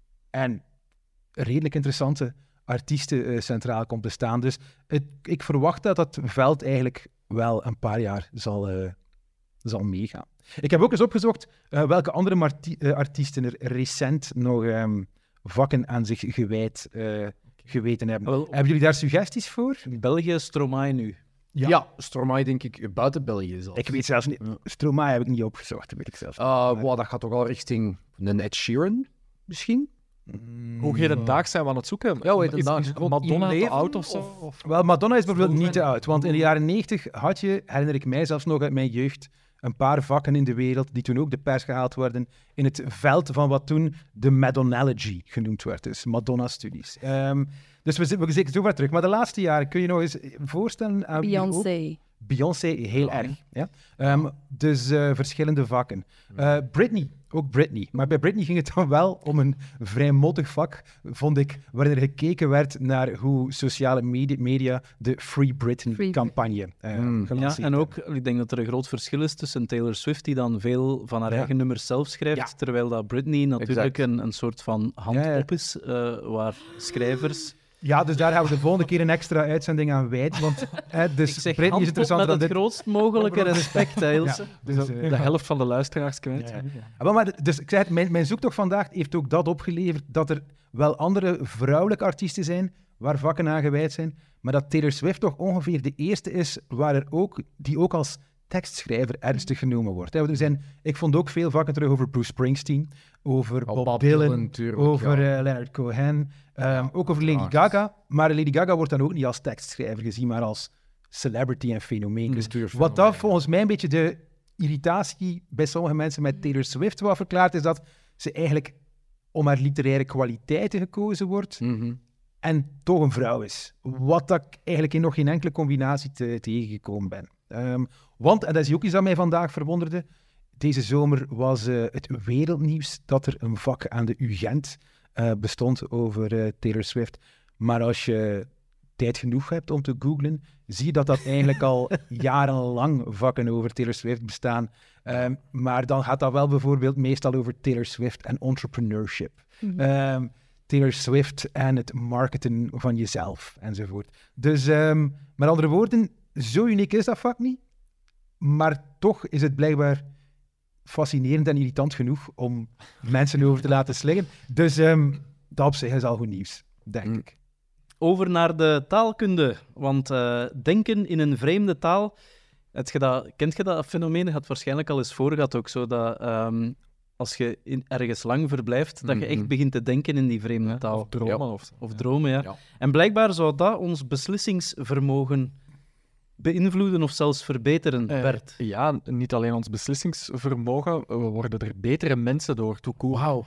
Speaker 3: en redelijk interessante artiesten uh, centraal komt te staan. Dus het, ik verwacht dat dat veld eigenlijk wel een paar jaar zal, uh, zal meegaan. Ik heb ook eens opgezocht uh, welke andere marti- uh, artiesten er recent nog um, vakken aan zich gewijd uh, geweten hebben.
Speaker 2: Wel,
Speaker 3: hebben jullie daar suggesties voor?
Speaker 2: België, Stromae nu.
Speaker 6: Ja, ja Stromae denk ik buiten België zelfs.
Speaker 3: Ik weet zelfs niet. Ja. Stromae heb ik niet opgezocht, dat weet ik zelfs niet.
Speaker 6: Uh, wow, dat gaat toch al richting een Ed Sheeran, misschien?
Speaker 5: Mm, Hoe hedendaags zijn we aan het zoeken?
Speaker 6: Ja, hoe hedendaags?
Speaker 5: Madonna te oud of zo? Of, of?
Speaker 3: Wel, Madonna is bijvoorbeeld niet te oud, want in de jaren negentig had je, herinner ik mij zelfs nog uit mijn jeugd, een paar vakken in de wereld die toen ook de pers gehaald werden in het veld van wat toen de Madonnology genoemd werd, dus Madonna-studies. Um, dus we zitten zeker zo ver terug. Maar de laatste jaren, kun je nog eens voorstellen aan
Speaker 4: Beyoncé.
Speaker 3: Beyoncé, heel ja. erg. Ja? Um, dus uh, verschillende vakken. Uh, Britney, ook Britney. Maar bij Britney ging het dan wel om een vrij mottig vak, vond ik, waarin er gekeken werd naar hoe sociale media, media de Free Britain-campagne uh,
Speaker 2: mm. Ja, en ook, ik denk dat er een groot verschil is tussen Taylor Swift, die dan veel van haar ja. eigen nummers zelf schrijft, ja. terwijl dat Britney natuurlijk een, een soort van hand ja, ja. op is, uh, waar schrijvers...
Speaker 3: Ja, dus daar gaan we de volgende keer een extra uitzending aan wijden. Want hè, dus
Speaker 2: ik zeg
Speaker 3: Britney is interessanter
Speaker 2: met
Speaker 3: dan
Speaker 2: het dit. grootst mogelijke respect, hè, Ilse.
Speaker 5: Ja, dus uh, de helft van de luisteraars kwijt.
Speaker 3: Ja, ja. Ja. Maar, dus ik zei het, mijn, mijn zoektocht vandaag heeft ook dat opgeleverd, dat er wel andere vrouwelijke artiesten zijn waar vakken aan gewijd zijn, maar dat Taylor Swift toch ongeveer de eerste is waar er ook, die ook als tekstschrijver ernstig genomen wordt. Er zijn, ik vond ook veel vakken terug over Bruce Springsteen, over oh, Bob, Bob Dylan, Dylan over ja. uh, Leonard Cohen, um, ja, ook over Lady Gaga. Maar Lady Gaga wordt dan ook niet als tekstschrijver gezien, maar als celebrity en fenomeen. Dus wat dat volgens mij een beetje de irritatie bij sommige mensen met Taylor Swift wat verklaart, is dat ze eigenlijk om haar literaire kwaliteiten gekozen wordt mm-hmm. en toch een vrouw is. Wat dat ik eigenlijk in nog geen enkele combinatie te, tegengekomen ben. Um, want, en dat is ook iets dat mij vandaag verwonderde, deze zomer was uh, het wereldnieuws dat er een vak aan de U Gent uh, bestond over uh, Taylor Swift. Maar als je tijd genoeg hebt om te googlen, zie je dat dat eigenlijk al jarenlang vakken over Taylor Swift bestaan. Um, maar dan gaat dat wel bijvoorbeeld meestal over Taylor Swift en entrepreneurship. Mm-hmm. Um, Taylor Swift en het marketen van jezelf, enzovoort. Dus um, met andere woorden, zo uniek is dat vak niet. Maar toch is het blijkbaar fascinerend en irritant genoeg om mensen over te laten slingen. Dus um, dat op zich is al goed nieuws, denk mm. ik.
Speaker 2: Over naar de taalkunde. Want uh, denken in een vreemde taal... Het je dat, kent je dat fenomeen? Je had waarschijnlijk al eens voor gehad ook zo dat... Um, als je in, ergens lang verblijft, dat je echt begint te denken in die vreemde ja, taal.
Speaker 5: Of dromen.
Speaker 2: Ja.
Speaker 5: Of,
Speaker 2: of dromen, ja. ja. En blijkbaar zou dat ons beslissingsvermogen beïnvloeden of zelfs verbeteren, Bert.
Speaker 5: Uh, ja, niet alleen ons beslissingsvermogen, we worden er betere mensen door, tout court.
Speaker 2: Wauw.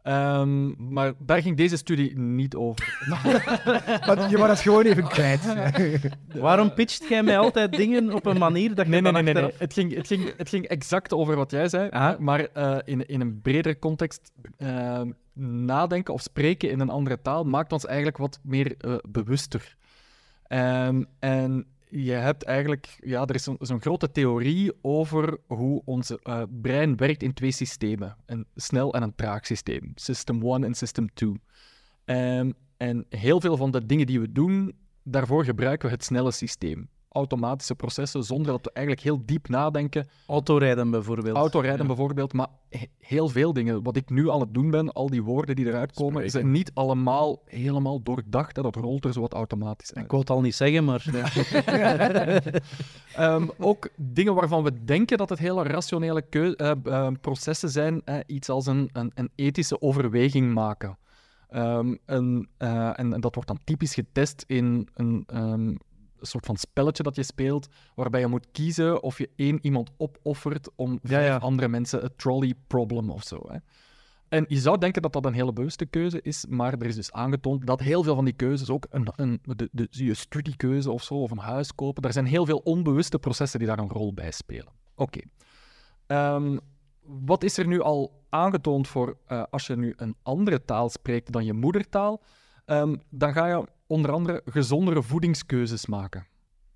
Speaker 5: Um, maar daar ging deze studie niet over.
Speaker 3: Maar je was het gewoon even kwijt.
Speaker 2: Waarom pitcht jij mij altijd dingen op een manier dat je
Speaker 5: Nee, nee,
Speaker 2: dan
Speaker 5: nee. nee,
Speaker 2: achteraf-
Speaker 5: nee. Het, ging, het, ging, het ging exact over wat jij zei,
Speaker 2: Ah.
Speaker 5: maar uh, in, in een bredere context uh, nadenken of spreken in een andere taal maakt ons eigenlijk wat meer uh, bewuster. Um, en je hebt eigenlijk, ja, er is zo'n, zo'n grote theorie over hoe ons uh, brein werkt in twee systemen. Een snel en een traag systeem. System one en System two. Um, en heel veel van de dingen die we doen, daarvoor gebruiken we het snelle systeem. Automatische processen, zonder dat we eigenlijk heel diep nadenken.
Speaker 2: Autorijden bijvoorbeeld.
Speaker 5: Autorijden
Speaker 2: Ja.
Speaker 5: bijvoorbeeld, maar he- heel veel dingen. Wat ik nu aan het doen ben, al die woorden die eruit komen,
Speaker 6: Spreken.
Speaker 5: zijn niet allemaal helemaal doordacht. Hè. Dat rolt er zo wat automatisch uit.
Speaker 2: Ik wou het al niet zeggen, maar...
Speaker 5: Um, ook dingen waarvan we denken dat het hele rationele keu- uh, uh, processen zijn, uh, iets als een, een, een ethische overweging maken. Um, en, uh, en, en dat wordt dan typisch getest in een, um, een soort van spelletje dat je speelt, waarbij je moet kiezen of je één iemand opoffert om
Speaker 2: Ja,
Speaker 5: vijf
Speaker 2: ja.
Speaker 5: andere mensen een trolley problem of zo. Hè. En je zou denken dat dat een hele bewuste keuze is, maar er is dus aangetoond dat heel veel van die keuzes, ook een, een, de, de, je studiekeuze of zo, of een huis kopen, er zijn heel veel onbewuste processen die daar een rol bij spelen. Oké. Ehm, wat is er nu al aangetoond voor uh, als je nu een andere taal spreekt dan je moedertaal? Um, dan ga je onder andere gezondere voedingskeuzes maken.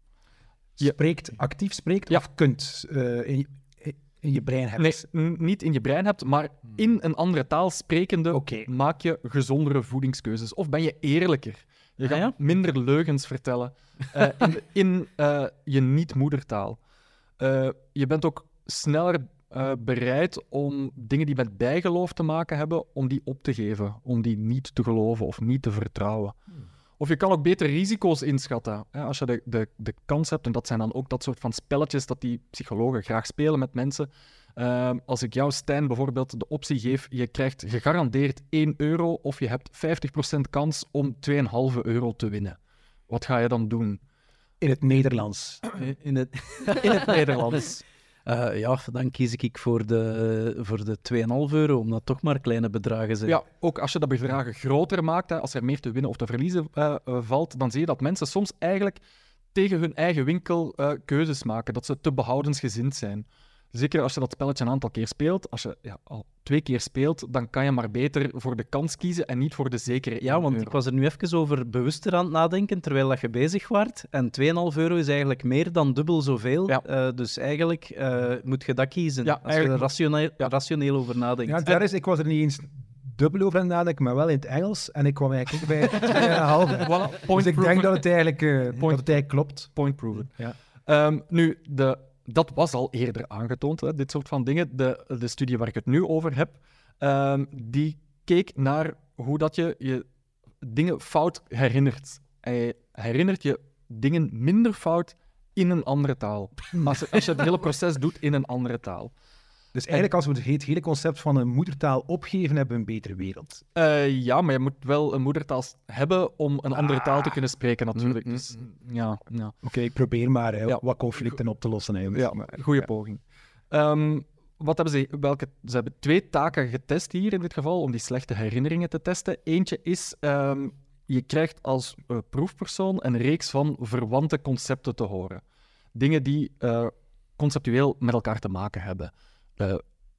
Speaker 5: Je-
Speaker 3: Spreekt, actief spreekt
Speaker 5: Ja.
Speaker 3: of kunt uh, in, je, in je brein hebben.
Speaker 5: Nee, n- niet in je brein hebt, maar in een andere taal sprekende
Speaker 3: Oké.
Speaker 5: maak je gezondere voedingskeuzes. Of ben je eerlijker? Je gaat
Speaker 2: Ah, ja?
Speaker 5: minder leugens vertellen uh, in, in uh, je niet-moedertaal. Uh, je bent ook sneller uh, bereid om dingen die met bijgeloof te maken hebben, om die op te geven, om die niet te geloven of niet te vertrouwen. Of je kan ook beter risico's inschatten. Hè? Als je de, de, de kans hebt, en dat zijn dan ook dat soort van spelletjes dat die psychologen graag spelen met mensen. Uh, als ik jou, Stijn, bijvoorbeeld de optie geef, je krijgt gegarandeerd één euro of je hebt vijftig procent kans om twee komma vijf euro te winnen. Wat ga je dan doen?
Speaker 3: In het Nederlands.
Speaker 2: In het...
Speaker 5: In het Nederlands.
Speaker 2: Uh, ja, dan kies ik voor de, voor de twee komma vijf euro, omdat het toch maar kleine bedragen zijn.
Speaker 5: Ja, ook als je dat bedragen groter maakt, hè, als er meer te winnen of te verliezen uh, uh, valt, dan zie je dat mensen soms eigenlijk tegen hun eigen winkel uh, keuzes maken, dat ze te behoudensgezind zijn. Zeker als je dat spelletje een aantal keer speelt, als je ja, al twee keer speelt, dan kan je maar beter voor de kans kiezen en niet voor de zekere
Speaker 2: Ja, want
Speaker 5: euro.
Speaker 2: ik was er nu even over bewuster aan het nadenken, terwijl dat je bezig waart. En twee komma vijf euro is eigenlijk meer dan dubbel zoveel.
Speaker 5: Ja.
Speaker 2: Uh, dus eigenlijk uh, moet je dat kiezen,
Speaker 5: Ja,
Speaker 2: als je er
Speaker 5: eigenlijk-
Speaker 2: rationeel,
Speaker 5: ja.
Speaker 2: rationeel over nadenkt.
Speaker 3: Ja, daar is, ik was er niet eens dubbel over aan het nadenken, maar wel in het Engels. En ik kwam eigenlijk ook bij twee komma vijf.
Speaker 5: Voilà, point
Speaker 3: Dus ik denk
Speaker 5: proven.
Speaker 3: dat het eigenlijk, uh, dat het eigenlijk klopt.
Speaker 5: Point proven.
Speaker 3: Ja.
Speaker 5: Um, nu, de, dat was al eerder aangetoond, hè, dit soort van dingen. De, de studie waar ik het nu over heb, um, die keek naar hoe dat je je dingen fout herinnert. En je herinnert je dingen minder fout in een andere taal. Als, als je het hele proces doet in een andere taal.
Speaker 3: Dus eigenlijk, als we het he- het hele concept van een moedertaal opgeven, hebben we een betere wereld.
Speaker 5: Uh, ja, maar je moet wel een moedertaal s- hebben om een andere taal te kunnen spreken, natuurlijk.
Speaker 3: Mm, mm,
Speaker 5: Dus, ja, ja.
Speaker 3: Oké, ik probeer maar hè,
Speaker 5: Ja.
Speaker 3: wat conflicten op te lossen. Eigenlijk.
Speaker 5: Ja,
Speaker 3: Maar-
Speaker 5: goede
Speaker 3: ja.
Speaker 5: poging. Um, wat hebben ze? Welke, ze hebben twee taken getest hier in dit geval om die slechte herinneringen te testen. Eentje is, um, je krijgt als uh, proefpersoon een reeks van verwante concepten te horen. Dingen die uh, conceptueel met elkaar te maken hebben. Uh,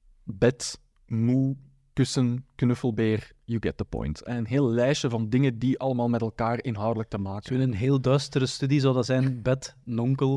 Speaker 5: bed, moe, kussen, knuffelbeer, you get the point. En een heel lijstje van dingen die allemaal met elkaar inhoudelijk te maken
Speaker 2: Zo in een heel duistere studie zou dat zijn, bed, nonkel.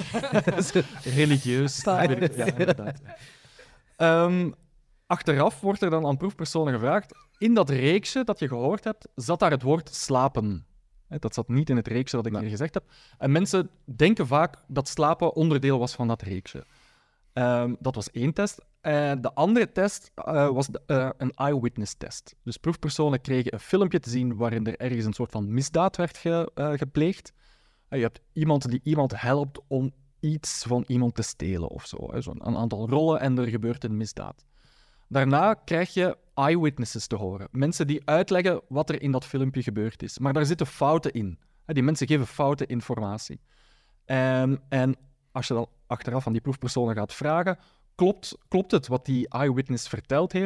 Speaker 5: religieus. Ja, inderdaad. Um, achteraf wordt er dan aan proefpersonen gevraagd, in dat reeksje dat je gehoord hebt, zat daar het woord slapen. Hè, dat zat niet in het reeksje dat ik hier gezegd heb. En mensen denken vaak dat slapen onderdeel was van dat reeksje. Um, dat was één test. En de andere test uh, was de, uh, een eyewitness test. Dus proefpersonen kregen een filmpje te zien waarin er ergens een soort van misdaad werd ge, uh, gepleegd. En je hebt iemand die iemand helpt om iets van iemand te stelen of zo. Hè. Zo'n een aantal rollen en er gebeurt een misdaad. Daarna krijg je eyewitnesses te horen. Mensen die uitleggen wat er in dat filmpje gebeurd is. Maar daar zitten fouten in. Die mensen geven foute informatie. En, en als je dan achteraf aan die proefpersonen gaat vragen, klopt, klopt het wat die eyewitness verteld heeft?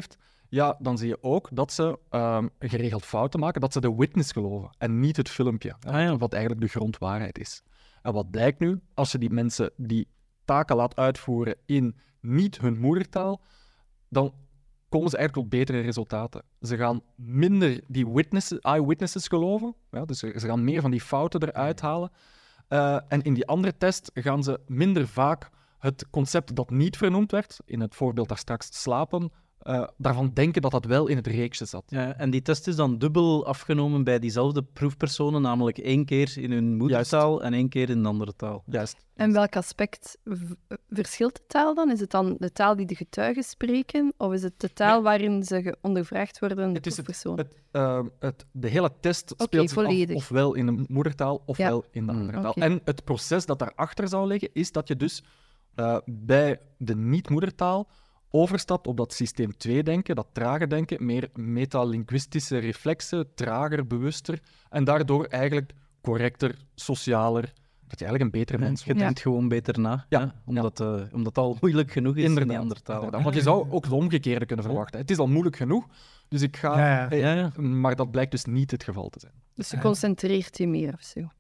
Speaker 5: ja, dan zie je ook dat ze um, geregeld fouten maken, dat ze de witness geloven en niet het filmpje,
Speaker 2: Ah, ja.
Speaker 5: wat eigenlijk de grondwaarheid is. En wat blijkt nu? Als je die mensen die taken laat uitvoeren in niet hun moedertaal, dan komen ze eigenlijk tot betere resultaten. Ze gaan minder die witnesses, eyewitnesses geloven, ja, dus ze gaan meer van die fouten eruit halen. Uh, en in die andere test gaan ze minder vaak het concept dat niet vernoemd werd, in het voorbeeld daar straks slapen, uh, daarvan denken dat dat wel in het reeksje zat.
Speaker 2: Ja, en die test is dan dubbel afgenomen bij diezelfde proefpersonen, namelijk één keer in hun moedertaal Juist. en één keer in een andere taal.
Speaker 5: Juist.
Speaker 4: En welk aspect v- verschilt de taal dan? Is het dan de taal die de getuigen spreken, of is het de taal
Speaker 5: Nee.
Speaker 4: waarin ze ge- ondervraagd worden, de
Speaker 5: Het is het,
Speaker 4: proefpersoon?
Speaker 5: het, uh, het, de hele test
Speaker 4: Oké,
Speaker 5: speelt zich
Speaker 4: volledig.
Speaker 5: af ofwel in de moedertaal ofwel in de andere
Speaker 4: Mm,
Speaker 5: taal.
Speaker 4: oké.
Speaker 5: En het proces dat daarachter zou liggen, is dat je dus uh, bij de niet-moedertaal overstapt op dat systeem twee-denken, dat trage denken, meer metalinguïstische reflexen, trager, bewuster, en daardoor eigenlijk correcter, socialer, dat je eigenlijk een betere mens
Speaker 2: Je
Speaker 5: wordt.
Speaker 2: denkt gewoon beter na,
Speaker 5: Ja.
Speaker 2: hè, omdat, uh, omdat het al moeilijk genoeg is in die andere taal.
Speaker 5: inderdaad. Want je zou ook het omgekeerde kunnen verwachten. Het is al moeilijk genoeg, dus ik ga...
Speaker 3: Ja, ja.
Speaker 5: Hey,
Speaker 2: Ja, ja.
Speaker 5: Maar dat blijkt dus niet het geval te zijn.
Speaker 4: Dus je concentreert je meer of zo.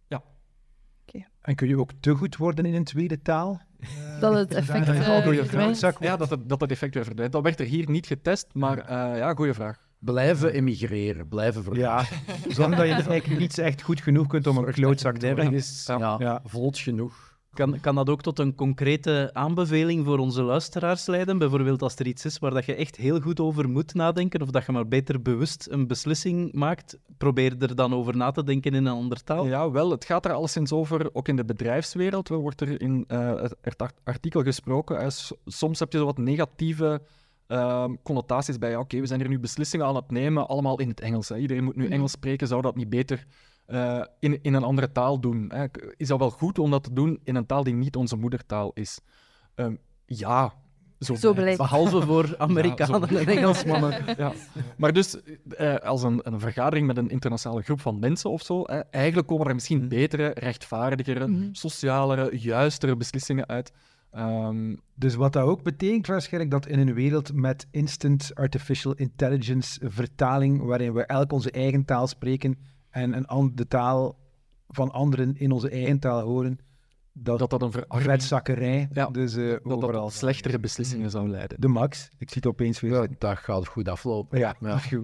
Speaker 3: En kun je ook te goed worden in een tweede taal?
Speaker 4: Dat het effect
Speaker 3: dat je
Speaker 4: eh,
Speaker 3: al door je
Speaker 4: verdwijnt.
Speaker 3: zak
Speaker 5: Ja, dat het, dat het effect weer verdwijnt. Dat werd er hier niet getest, maar uh, ja, goede vraag.
Speaker 6: Blijven emigreren, blijven verhuizen.
Speaker 3: Ja, zolang dat je eigenlijk niet echt goed genoeg kunt om een klootzak te worden.
Speaker 6: Ergens, ja,
Speaker 5: Ja.
Speaker 3: Ja.
Speaker 6: vlot genoeg.
Speaker 2: Kan, kan dat ook tot een concrete aanbeveling voor onze luisteraars leiden? Bijvoorbeeld als er iets is waar dat je echt heel goed over moet nadenken, of dat je maar beter bewust een beslissing maakt, probeer er dan over na te denken in een andere taal.
Speaker 5: Ja, wel, het gaat er alleszins over, ook in de bedrijfswereld, wel, wordt er in uh, het, het artikel gesproken. Uh, s- soms heb je zo wat negatieve uh, connotaties bij, ja, oké, okay, we zijn hier nu beslissingen aan het nemen, allemaal in het Engels. Hè. Iedereen moet nu Engels spreken, zou dat niet beter uh, in, in een andere taal doen? Hè? Is dat wel goed om dat te doen in een taal die niet onze moedertaal is? Um, ja, zo,
Speaker 4: Zo beleid.
Speaker 2: Behalve voor Amerikanen
Speaker 5: zo-
Speaker 2: en Engelsmannen.
Speaker 5: Ja. Maar dus, eh, als een, een vergadering met een internationale groep van mensen of zo, eh, eigenlijk komen er misschien betere, rechtvaardigere,
Speaker 4: Mhm.
Speaker 5: socialere, juistere beslissingen uit. Ehm,
Speaker 3: Dus wat dat ook betekent waarschijnlijk dat in een wereld met instant artificial intelligence vertaling, waarin we elk onze eigen taal spreken en een an- de taal van anderen in onze eigen taal horen, dat,
Speaker 5: dat dat een verarming,
Speaker 3: vetzakkerij,
Speaker 5: Ja,
Speaker 3: dus uh,
Speaker 5: dat, dat
Speaker 3: overal.
Speaker 5: tot slechtere beslissingen zou leiden.
Speaker 3: De max, ik zie het opeens weer.
Speaker 6: Ja, dat gaat goed aflopen.
Speaker 3: Ja,
Speaker 6: Ja.
Speaker 3: goed.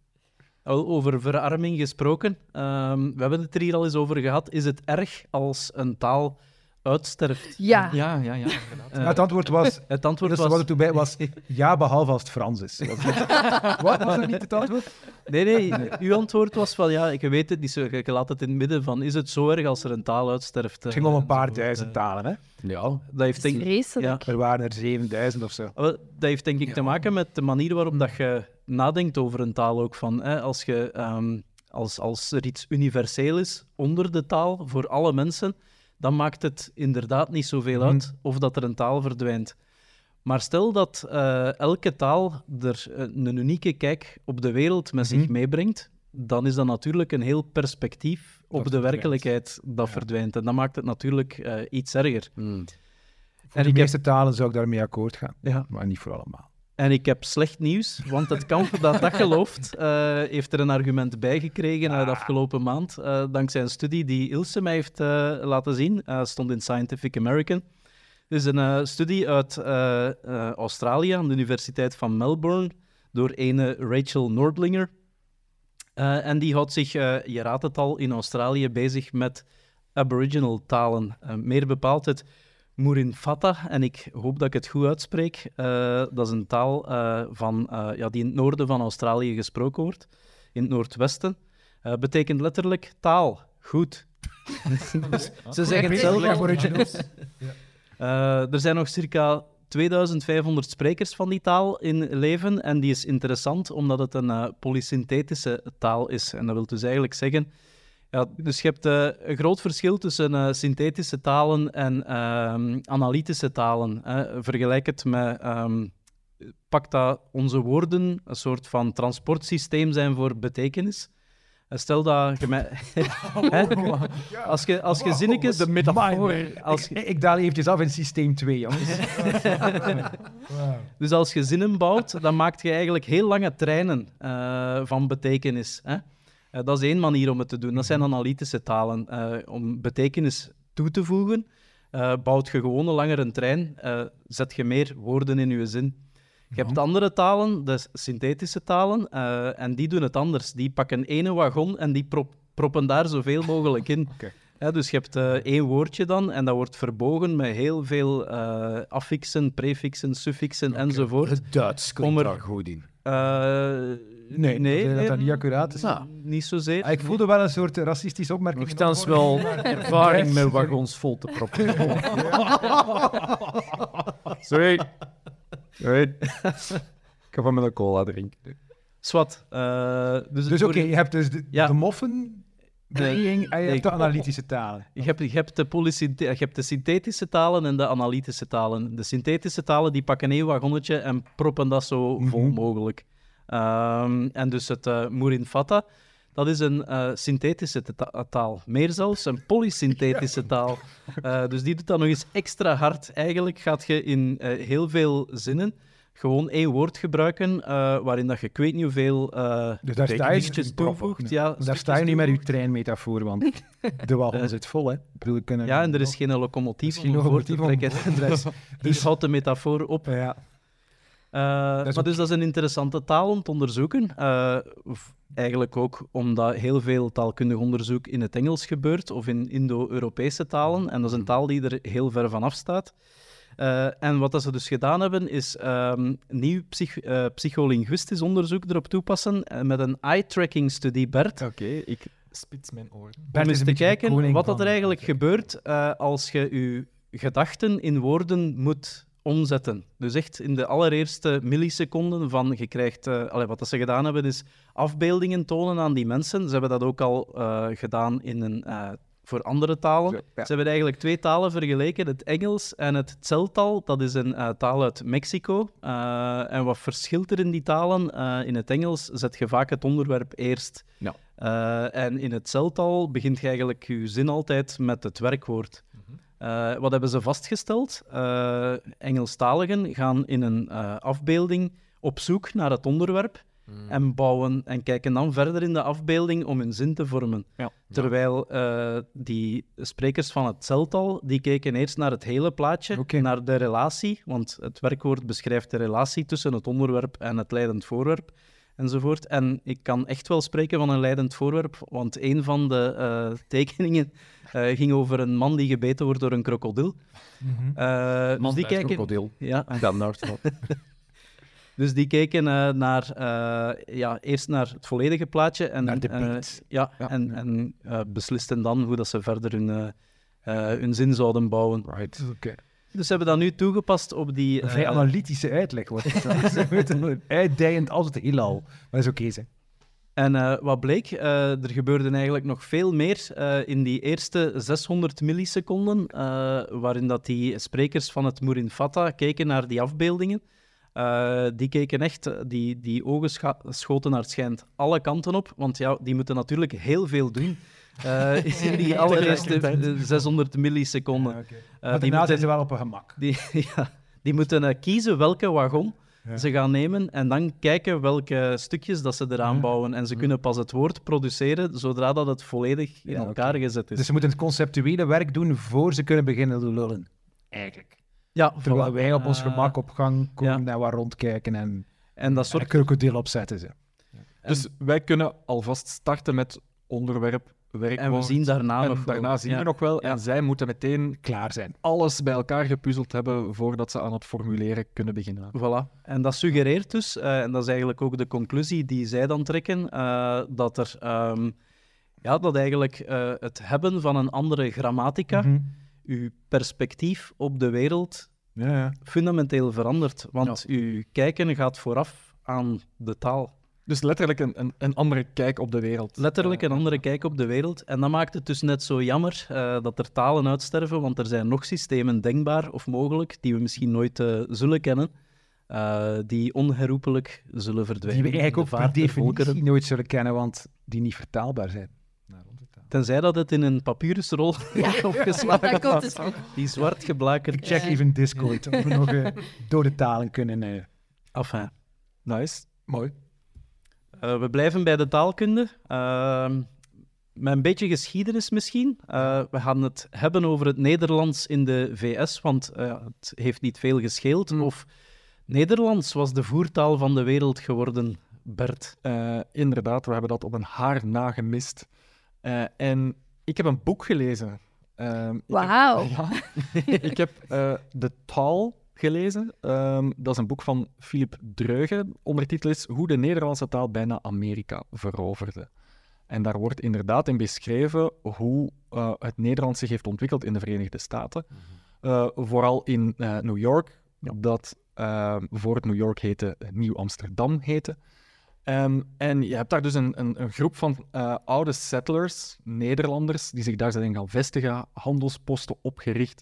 Speaker 2: Al over verarming gesproken. Ehm, we hebben het er hier al eens over gehad. Is het erg als een taal uitsterft?
Speaker 4: Ja.
Speaker 5: Ja, ja, ja. inderdaad.
Speaker 2: Eh,
Speaker 3: Het antwoord was,
Speaker 2: het antwoord
Speaker 3: dus
Speaker 2: was...
Speaker 3: wat er toen bij was, ja, behalve als het Frans is. Wat was dat niet het antwoord?
Speaker 2: Nee, nee, uw antwoord was van ja, ik weet het niet zo. Je laat het in het midden van, is het zo erg als er een taal uitsterft?
Speaker 3: Het ging om een paar
Speaker 2: enzovoort,
Speaker 3: duizend
Speaker 2: eh.
Speaker 3: talen, hè?
Speaker 6: Ja,
Speaker 2: Dat heeft
Speaker 4: Dat is
Speaker 2: denk,
Speaker 4: vreselijk.
Speaker 3: Er waren er zevenduizend of zo.
Speaker 2: wel, dat heeft denk ik te maken met de manier waarop dat je nadenkt over een taal ook. Van, hè, als, je, ehm, als, als er iets universeel is onder de taal voor alle mensen, dan maakt het inderdaad niet zoveel uit of dat er een taal verdwijnt. Maar stel dat eh, elke taal er een unieke kijk op de wereld met zich
Speaker 3: Mhm.
Speaker 2: meebrengt, dan is dat natuurlijk een heel perspectief op de
Speaker 3: verdwijnt.
Speaker 2: werkelijkheid dat verdwijnt. En dat maakt het natuurlijk eh, iets erger.
Speaker 6: mm.
Speaker 3: Voor
Speaker 2: En
Speaker 3: de
Speaker 2: ik heb-
Speaker 3: meeste talen zou ik daarmee akkoord gaan,
Speaker 2: Ja.
Speaker 3: maar niet voor allemaal.
Speaker 2: En ik heb slecht nieuws, want het kamp dat dat gelooft, eh, heeft er een argument bij gekregen uit de afgelopen maand, eh, dankzij een studie die Ilse mij heeft eh, laten zien. Uh, stond in Scientific American. Het is een eh, studie uit eh, eh, Australië, aan de Universiteit van Melbourne, door ene Rachel Nordlinger. Eh, en die houdt zich, eh, je raadt het al, in Australië bezig met Aboriginal talen. Eh, meer bepaald het Murinfata, en ik hoop dat ik het goed uitspreek. Uh, dat is een taal uh, van, uh, ja, die in het noorden van Australië gesproken wordt, in het noordwesten. Uh, betekent letterlijk taal. Goed. Dus ze zeggen het zelf al.
Speaker 3: Aboriginals.
Speaker 2: Uh, er zijn nog circa tweeduizend vijfhonderd sprekers van die taal in leven. En die is interessant omdat het een uh, polysynthetische taal is. En dat wil dus eigenlijk zeggen... Ja, dus je hebt uh, een groot verschil tussen uh, synthetische talen en um, analytische talen. Hè. Vergelijk het met... Um, pak dat onze woorden een soort van transportsysteem zijn voor betekenis. Uh, stel dat je mij... Hè? Als je, als je zinnetjes...
Speaker 5: De metafoor.
Speaker 2: Als je-
Speaker 3: Ik, ik daal eventjes af in systeem twee, jongens.
Speaker 2: Dus als je zinnen bouwt, dan maak je eigenlijk heel lange treinen uh, van betekenis. Hè? Uh, dat is één manier om het te doen. Dat zijn analytische talen. Uh, om betekenis toe te voegen, uh, bouwt je gewoon een langere trein, uh, zet je meer woorden in je zin. Je hebt andere talen, de synthetische talen, uh, en die doen het anders. Die pakken ene wagon en die prop, proppen daar zoveel mogelijk in.
Speaker 5: Oké.
Speaker 2: Ja, dus je hebt uh, één woordje dan, en dat wordt verbogen met heel veel uh, affixen, prefixen, suffixen enzovoort.
Speaker 6: Het Duits klinkt
Speaker 2: Om er-
Speaker 6: daar goed in.
Speaker 2: Uh,
Speaker 3: Nee,
Speaker 2: nee,
Speaker 3: dat,
Speaker 2: nee,
Speaker 3: dat niet accuraat is.
Speaker 6: Nou,
Speaker 2: niet zozeer.
Speaker 3: Ah, ik voelde wel een soort racistische opmerking.
Speaker 6: Nogthans wel ervaring met wagons vol te proppen.
Speaker 5: Sorry. Sorry. Ik ga van mijn cola drinken.
Speaker 2: Swat. Uh, dus
Speaker 3: Dus oké, je hebt dus de,
Speaker 2: Ja.
Speaker 3: de moffen, de
Speaker 2: Nee,
Speaker 3: en je hebt
Speaker 2: nee.
Speaker 3: de analytische talen.
Speaker 2: Je hebt, je, hebt de polysynth- je hebt de synthetische talen en de analytische talen. De synthetische talen die pakken één wagonnetje en proppen dat zo vol
Speaker 3: Mhm.
Speaker 2: mogelijk. Um, en dus het uh, Murin Fata, dat is een uh, synthetische ta- taal. Meer zelfs, een polysynthetische taal. Uh, dus die doet dat nog eens extra hard. Eigenlijk gaat je in uh, heel veel zinnen gewoon één woord gebruiken, uh, waarin dat je ik weet niet hoeveel uh,
Speaker 3: Dus daar sta je
Speaker 2: dingetjes
Speaker 3: niet proppen.
Speaker 2: toevoegt. Ja,
Speaker 3: Daar sta je niet met
Speaker 2: toevoegt.
Speaker 3: je treinmetafoor, want de wagon
Speaker 2: Eh.
Speaker 3: zit vol, hè. Ik bedoel, we kunnen
Speaker 2: Ja, en er is geen locomotief
Speaker 3: Er is geen
Speaker 2: om voor te
Speaker 3: locomotief om-
Speaker 2: trekken. Dus hier houdt de metafoor op.
Speaker 3: Ja.
Speaker 2: Uh,
Speaker 3: is
Speaker 2: maar
Speaker 3: ook-
Speaker 2: dus dat is een interessante taal om te onderzoeken. Uh, v- eigenlijk ook omdat heel veel taalkundig onderzoek in het Engels gebeurt of in Indo-Europese talen. En dat is een taal die er heel ver van afstaat. Uh, en wat dat ze dus gedaan hebben, is um, nieuw psych- uh, psycholinguïstisch onderzoek erop toepassen uh, met een eye-tracking studie, Bert.
Speaker 5: Oké, ik spits mijn oren.
Speaker 3: Bert
Speaker 2: Om
Speaker 3: is
Speaker 2: eens
Speaker 3: een
Speaker 2: te
Speaker 3: beetje de
Speaker 2: kijken
Speaker 3: koning
Speaker 2: wat dat
Speaker 3: van-
Speaker 2: er eigenlijk gebeurt uh, als je je gedachten in woorden moet omzetten. Dus echt in de allereerste milliseconden van je krijgt... Uh, allee, wat dat ze gedaan hebben is afbeeldingen tonen aan die mensen. Ze hebben dat ook al uh, gedaan in een, uh, voor andere talen.
Speaker 3: Ja, ja.
Speaker 2: Ze hebben eigenlijk twee talen vergeleken, het Engels en het Tseltal. Dat is een uh, taal uit Mexico. Uh, en wat verschilt er in die talen? Uh, in het Engels zet je vaak het onderwerp eerst.
Speaker 6: Ja.
Speaker 2: Uh, en in het Tseltal begint je eigenlijk je zin altijd met het werkwoord. Uh, wat hebben ze vastgesteld? Uh, Engelstaligen gaan in een uh, afbeelding op zoek naar het onderwerp en bouwen en kijken dan verder in de afbeelding om hun zin te vormen.
Speaker 5: Ja.
Speaker 2: Terwijl uh, die sprekers van het celtal, die keken eerst naar het hele plaatje,
Speaker 3: Oké.
Speaker 2: naar de relatie, want het werkwoord beschrijft de relatie tussen het onderwerp en het leidend voorwerp, enzovoort. En ik kan echt wel spreken van een leidend voorwerp, want een van de uh, tekeningen uh, ging over een man die gebeten wordt door een krokodil. Uh, dus die kijken...
Speaker 6: krokodil.
Speaker 2: Ja.
Speaker 6: Dat Noordstad.
Speaker 2: Dus die keken uh, naar, uh, ja, eerst naar het volledige plaatje en,
Speaker 3: Naar de
Speaker 2: uh,
Speaker 3: beat.
Speaker 2: ja,
Speaker 5: Ja.
Speaker 2: en, en uh, beslisten dan hoe dat ze verder hun, uh, uh, hun zin zouden bouwen.
Speaker 3: Right. Oké.
Speaker 2: Dus ze hebben dat nu toegepast op die...
Speaker 3: Een vrij
Speaker 2: uh,
Speaker 3: analytische uitleg wordt het dan. Ze moeten uitdijend als het heelal. Maar dat is oké, zeg.
Speaker 2: En uh, wat bleek, uh, er gebeurde eigenlijk nog veel meer uh, in die eerste zeshonderd milliseconden, uh, waarin dat die sprekers van het Murin Fata keken naar die afbeeldingen. Uh, die keken echt, die, die ogen scha- schoten naar het schijnt alle kanten op, want ja, die moeten natuurlijk heel veel doen uh, in die allereerste uh, zeshonderd milliseconden.
Speaker 3: Ja, oké.
Speaker 2: Uh,
Speaker 3: Maar
Speaker 2: die
Speaker 3: daarna
Speaker 2: moeten,
Speaker 3: zijn ze wel op een gemak.
Speaker 2: die, ja, die moeten uh, kiezen welke wagon
Speaker 3: Ja.
Speaker 2: ze gaan nemen en dan kijken welke stukjes dat ze eraan
Speaker 3: Ja.
Speaker 2: bouwen. En ze kunnen pas het woord produceren zodra dat het volledig in
Speaker 3: Ja,
Speaker 2: elkaar
Speaker 3: oké.
Speaker 2: gezet is.
Speaker 3: Dus ze moeten het conceptuele werk doen voor ze kunnen beginnen lullen. Eigenlijk.
Speaker 2: ja,
Speaker 3: Terwijl
Speaker 2: voilà.
Speaker 3: wij op ons
Speaker 2: Uh,
Speaker 3: gemak op gang komen
Speaker 2: ja.
Speaker 3: en wat rondkijken en,
Speaker 2: En dat
Speaker 3: en
Speaker 2: soort...
Speaker 3: een krokodil opzetten. Ze.
Speaker 5: Dus wij kunnen alvast starten met onderwerp, werkwoord.
Speaker 2: En we zien daarna
Speaker 5: En
Speaker 2: nog wel.
Speaker 5: daarna zien
Speaker 2: Ja.
Speaker 5: we nog wel.
Speaker 2: Ja.
Speaker 5: En zij moeten meteen
Speaker 3: Klaar zijn.
Speaker 5: alles bij elkaar gepuzzeld hebben voordat ze aan het formuleren kunnen beginnen.
Speaker 2: Voilà. En dat suggereert dus, uh, en dat is eigenlijk ook de conclusie die zij dan trekken, uh, dat er... Um, ja, dat eigenlijk uh, het hebben van een andere grammatica
Speaker 3: Mhm.
Speaker 2: uw perspectief op de wereld
Speaker 3: Ja, ja.
Speaker 2: fundamenteel verandert. Want uw kijken gaat vooraf aan de taal.
Speaker 5: Dus letterlijk een, een, een andere kijk op de wereld.
Speaker 2: Letterlijk een
Speaker 5: Eh,
Speaker 2: andere kijk op de wereld. En dat maakt het dus net zo jammer uh, dat er talen uitsterven, want er zijn nog systemen denkbaar of mogelijk die we misschien nooit uh, zullen kennen. uh, die onherroepelijk zullen verdwijnen.
Speaker 3: Die we eigenlijk ook
Speaker 2: De
Speaker 3: per
Speaker 2: vaart der
Speaker 3: definitie
Speaker 2: volkeren.
Speaker 3: nooit zullen kennen, want die niet vertaalbaar zijn. Naar onze taal.
Speaker 2: Tenzij dat het in een papyrusrol
Speaker 4: Ja,
Speaker 2: opgeslagen
Speaker 4: dat komt dus
Speaker 2: was,
Speaker 4: goed.
Speaker 2: die zwart geblakerd.
Speaker 3: Check
Speaker 4: Ja.
Speaker 3: even Discord, of we nog uh, dode talen kunnen... Uh,
Speaker 2: Enfin,
Speaker 5: Nice. Mooi.
Speaker 2: uh, we blijven bij de taalkunde. Uh, met een beetje geschiedenis misschien. Uh, we gaan het hebben over het Nederlands in de V S, want uh, het heeft niet veel gescheeld.
Speaker 5: Mm.
Speaker 2: Of Nederlands was de voertaal van de wereld geworden, Bert.
Speaker 5: Uh, inderdaad, we hebben dat op een haar na gemist. Uh, en ik heb een boek gelezen. Um, ik
Speaker 4: Wauw.
Speaker 5: heb- Ja, ik heb uh, De Taal gelezen. Um, dat is een boek van Philip Dreugen. Ondertitel is Hoe de Nederlandse taal bijna Amerika veroverde. En daar wordt inderdaad in beschreven hoe uh, het Nederlands zich heeft ontwikkeld in de Verenigde Staten. Uh, vooral in uh, New York, dat uh, voor het New York heette, Nieuw Amsterdam heette. Um, en je hebt daar dus een, een, een groep van uh, oude settlers, Nederlanders, die zich daar zijn gaan vestigen, handelsposten opgericht.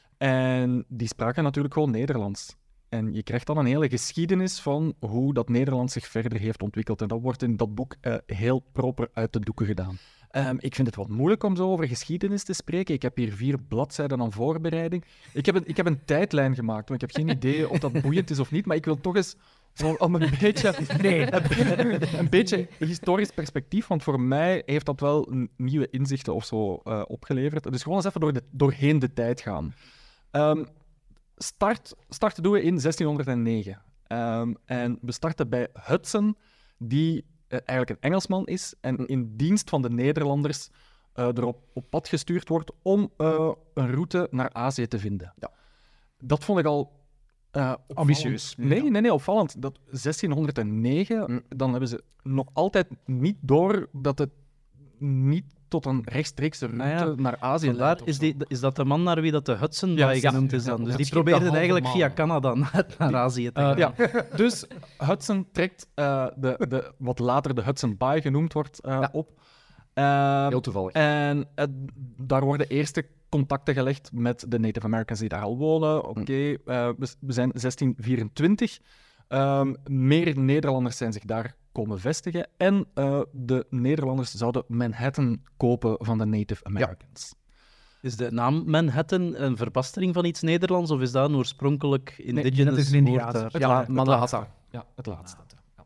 Speaker 5: En die spraken natuurlijk gewoon Nederlands. En je krijgt dan een hele geschiedenis van hoe dat Nederlands zich verder heeft ontwikkeld. En dat wordt in dat boek uh, heel proper uit de doeken gedaan. Um, ik vind het wat moeilijk om zo over geschiedenis te spreken. Ik heb hier vier bladzijden aan voorbereiding. Ik heb een, ik heb een tijdlijn gemaakt, want ik heb geen idee of dat boeiend is of niet. Maar ik wil toch eens om, om een, beetje, nee, een, een beetje historisch perspectief, want voor mij heeft dat wel n- nieuwe inzichten of zo uh, opgeleverd. Dus gewoon eens even door de, doorheen de tijd gaan. Um, start, starten doen we in zestienhonderdnegen. Um, en we starten bij Hudson, die uh, eigenlijk een Engelsman is en in dienst van de Nederlanders uh, erop op pad gestuurd wordt om uh, een route naar Azië te vinden. Ja. Dat vond ik al uh,
Speaker 3: ambitieus.
Speaker 5: Nee, nee, nee, opvallend. Dat zestienhonderdnegen, dan hebben ze nog altijd niet door dat het niet tot een rechtstreekse route
Speaker 2: Ah ja,
Speaker 5: naar Azië
Speaker 2: Vandaar
Speaker 5: leidt. of
Speaker 2: is,
Speaker 5: zo.
Speaker 2: die, is dat de man naar wie dat de Hudson
Speaker 5: Ja,
Speaker 2: Bay
Speaker 5: ja,
Speaker 2: genoemd is
Speaker 5: ja,
Speaker 2: dan.
Speaker 5: ja.
Speaker 2: Dus
Speaker 6: Dat
Speaker 2: die
Speaker 6: schept
Speaker 2: probeerden
Speaker 6: de
Speaker 2: eigenlijk
Speaker 6: halve
Speaker 2: via
Speaker 6: maan.
Speaker 2: Canada naar, naar Azië te gaan.
Speaker 5: Uh, ja, dus Hudson trekt uh, de, de, wat later de Hudson Bay genoemd wordt uh,
Speaker 6: Ja.
Speaker 5: op. Uh,
Speaker 6: Heel toevallig.
Speaker 5: En uh, daar worden eerste contacten gelegd met de Native Americans die daar al wonen. Oké, okay, uh, we, we zijn zestien vierentwintig. Um, meer Nederlanders zijn zich daar komen vestigen. En uh, de Nederlanders zouden Manhattan kopen van de Native Americans.
Speaker 2: Is de naam Manhattan een verbastering van iets Nederlands of is dat een oorspronkelijk indigenous
Speaker 3: dat is een Indiaans.
Speaker 2: woord daar?
Speaker 5: Het
Speaker 6: Ja,
Speaker 5: laatste.
Speaker 6: Manhattan.
Speaker 5: Ja, het laatste.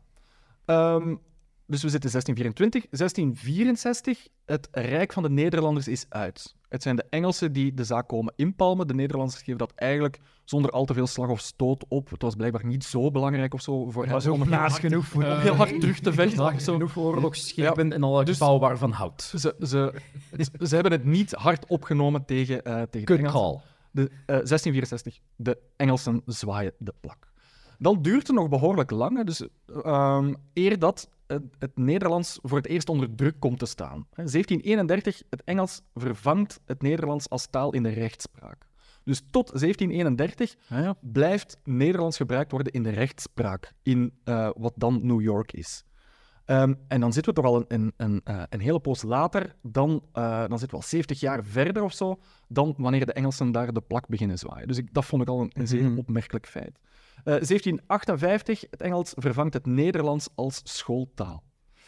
Speaker 5: Ja. Um, dus we zitten zestien vierentwintig. zestien vierenzestig, het Rijk van de Nederlanders is uit. Het zijn de Engelsen die de zaak komen inpalmen. De Nederlanders geven dat eigenlijk zonder al te veel slag of stoot op. Het was blijkbaar niet zo belangrijk of zo voor
Speaker 3: Er was
Speaker 5: hen
Speaker 3: ook
Speaker 5: om heel
Speaker 3: plaats
Speaker 5: hard,
Speaker 3: genoeg voor...
Speaker 5: om heel hard terug te vechten. of zo.
Speaker 6: Genoeg voor oorlogsschepen en alle
Speaker 5: Dus-
Speaker 6: gebouwen van hout.
Speaker 5: Ze, ze, ze hebben het niet hard opgenomen tegen, uh, tegen de
Speaker 6: Good
Speaker 5: Engelsen.
Speaker 6: call.
Speaker 5: De, uh, zestien vierenzestig, de Engelsen zwaaien de plak. Dan duurt het nog behoorlijk lang, hè, dus um, eer dat het, het Nederlands voor het eerst onder druk komt te staan. Hè, zeventien eenendertig, het Engels vervangt het Nederlands als taal in de rechtspraak. Dus tot zeventien eenendertig
Speaker 2: Ah, ja.
Speaker 5: blijft Nederlands gebruikt worden in de rechtspraak, in uh, wat dan New York is. Um, en dan zitten we toch al een, een, een, uh, een hele poos later, dan, uh, dan zitten we al zeventig jaar verder of zo, dan wanneer de Engelsen daar de plak beginnen zwaaien. Dus ik, dat vond ik al een, een zeer
Speaker 2: Mhm.
Speaker 5: opmerkelijk feit. Uh, zeventien achtenvijftig, het Engels vervangt het Nederlands als schooltaal.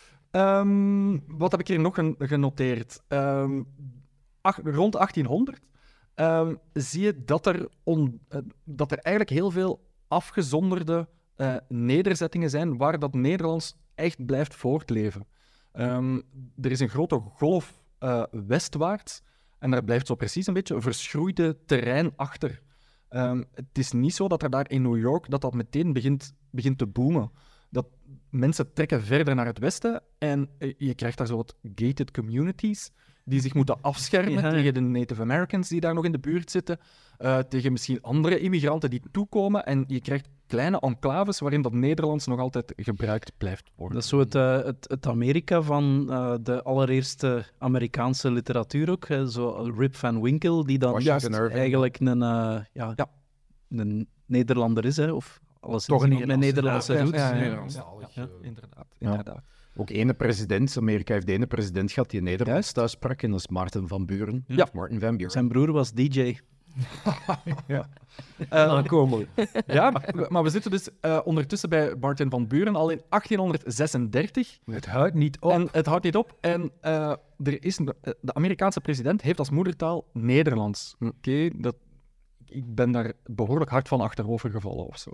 Speaker 5: Um, wat heb ik hier nog gen- genoteerd? Um, ach, rond achttienhonderd um, zie je dat er, on, uh, dat er eigenlijk heel veel afgezonderde uh, nederzettingen zijn waar dat Nederlands echt blijft voortleven. Um, er is een grote golf uh, westwaarts en daar blijft zo precies een beetje verschroeide terrein achter. Um, het is niet zo dat er daar in New York dat dat meteen begint, begint te boomen. Dat mensen trekken verder naar het westen en uh, je krijgt daar zo wat gated communities die zich moeten afschermen
Speaker 2: Ja, ja.
Speaker 5: tegen de Native Americans die daar nog in de buurt zitten, uh, tegen misschien andere immigranten die toekomen en je krijgt kleine enclaves waarin dat Nederlands nog altijd gebruikt blijft worden.
Speaker 2: Dat is zo het, uh, het, het Amerika van uh, de allereerste Amerikaanse literatuur ook. Hè. Zo Rip Van Winkle, die dan
Speaker 6: Washington
Speaker 2: juist
Speaker 6: Irving.
Speaker 2: eigenlijk een, uh, ja,
Speaker 5: Ja.
Speaker 2: een Nederlander is, hè. Of alles
Speaker 3: Toch een
Speaker 2: een Nederlandse
Speaker 3: ja,
Speaker 2: roots.
Speaker 5: ja, ja, ja.
Speaker 6: Nederlandstalig,
Speaker 5: Ja,
Speaker 6: eh.
Speaker 5: inderdaad.
Speaker 6: Ja.
Speaker 5: inderdaad.
Speaker 6: Ook ene president, Amerika heeft de ene president gehad die Nederlands thuis sprak, en dat is Maarten van Buren.
Speaker 5: Ja.
Speaker 6: Martin van Buren.
Speaker 2: Zijn broer was D J.
Speaker 3: Ja.
Speaker 5: Eh,
Speaker 6: Dan komen we.
Speaker 5: ja, maar- maar we zitten dus uh, ondertussen bij Martin van Buren al in achttienhonderdzesendertig.
Speaker 3: Het houdt niet op.
Speaker 5: En het houdt niet op. En uh, er is een, de Amerikaanse president heeft als moedertaal Nederlands. Oké, okay, dat ik ben daar behoorlijk hard van achterover gevallen of zo.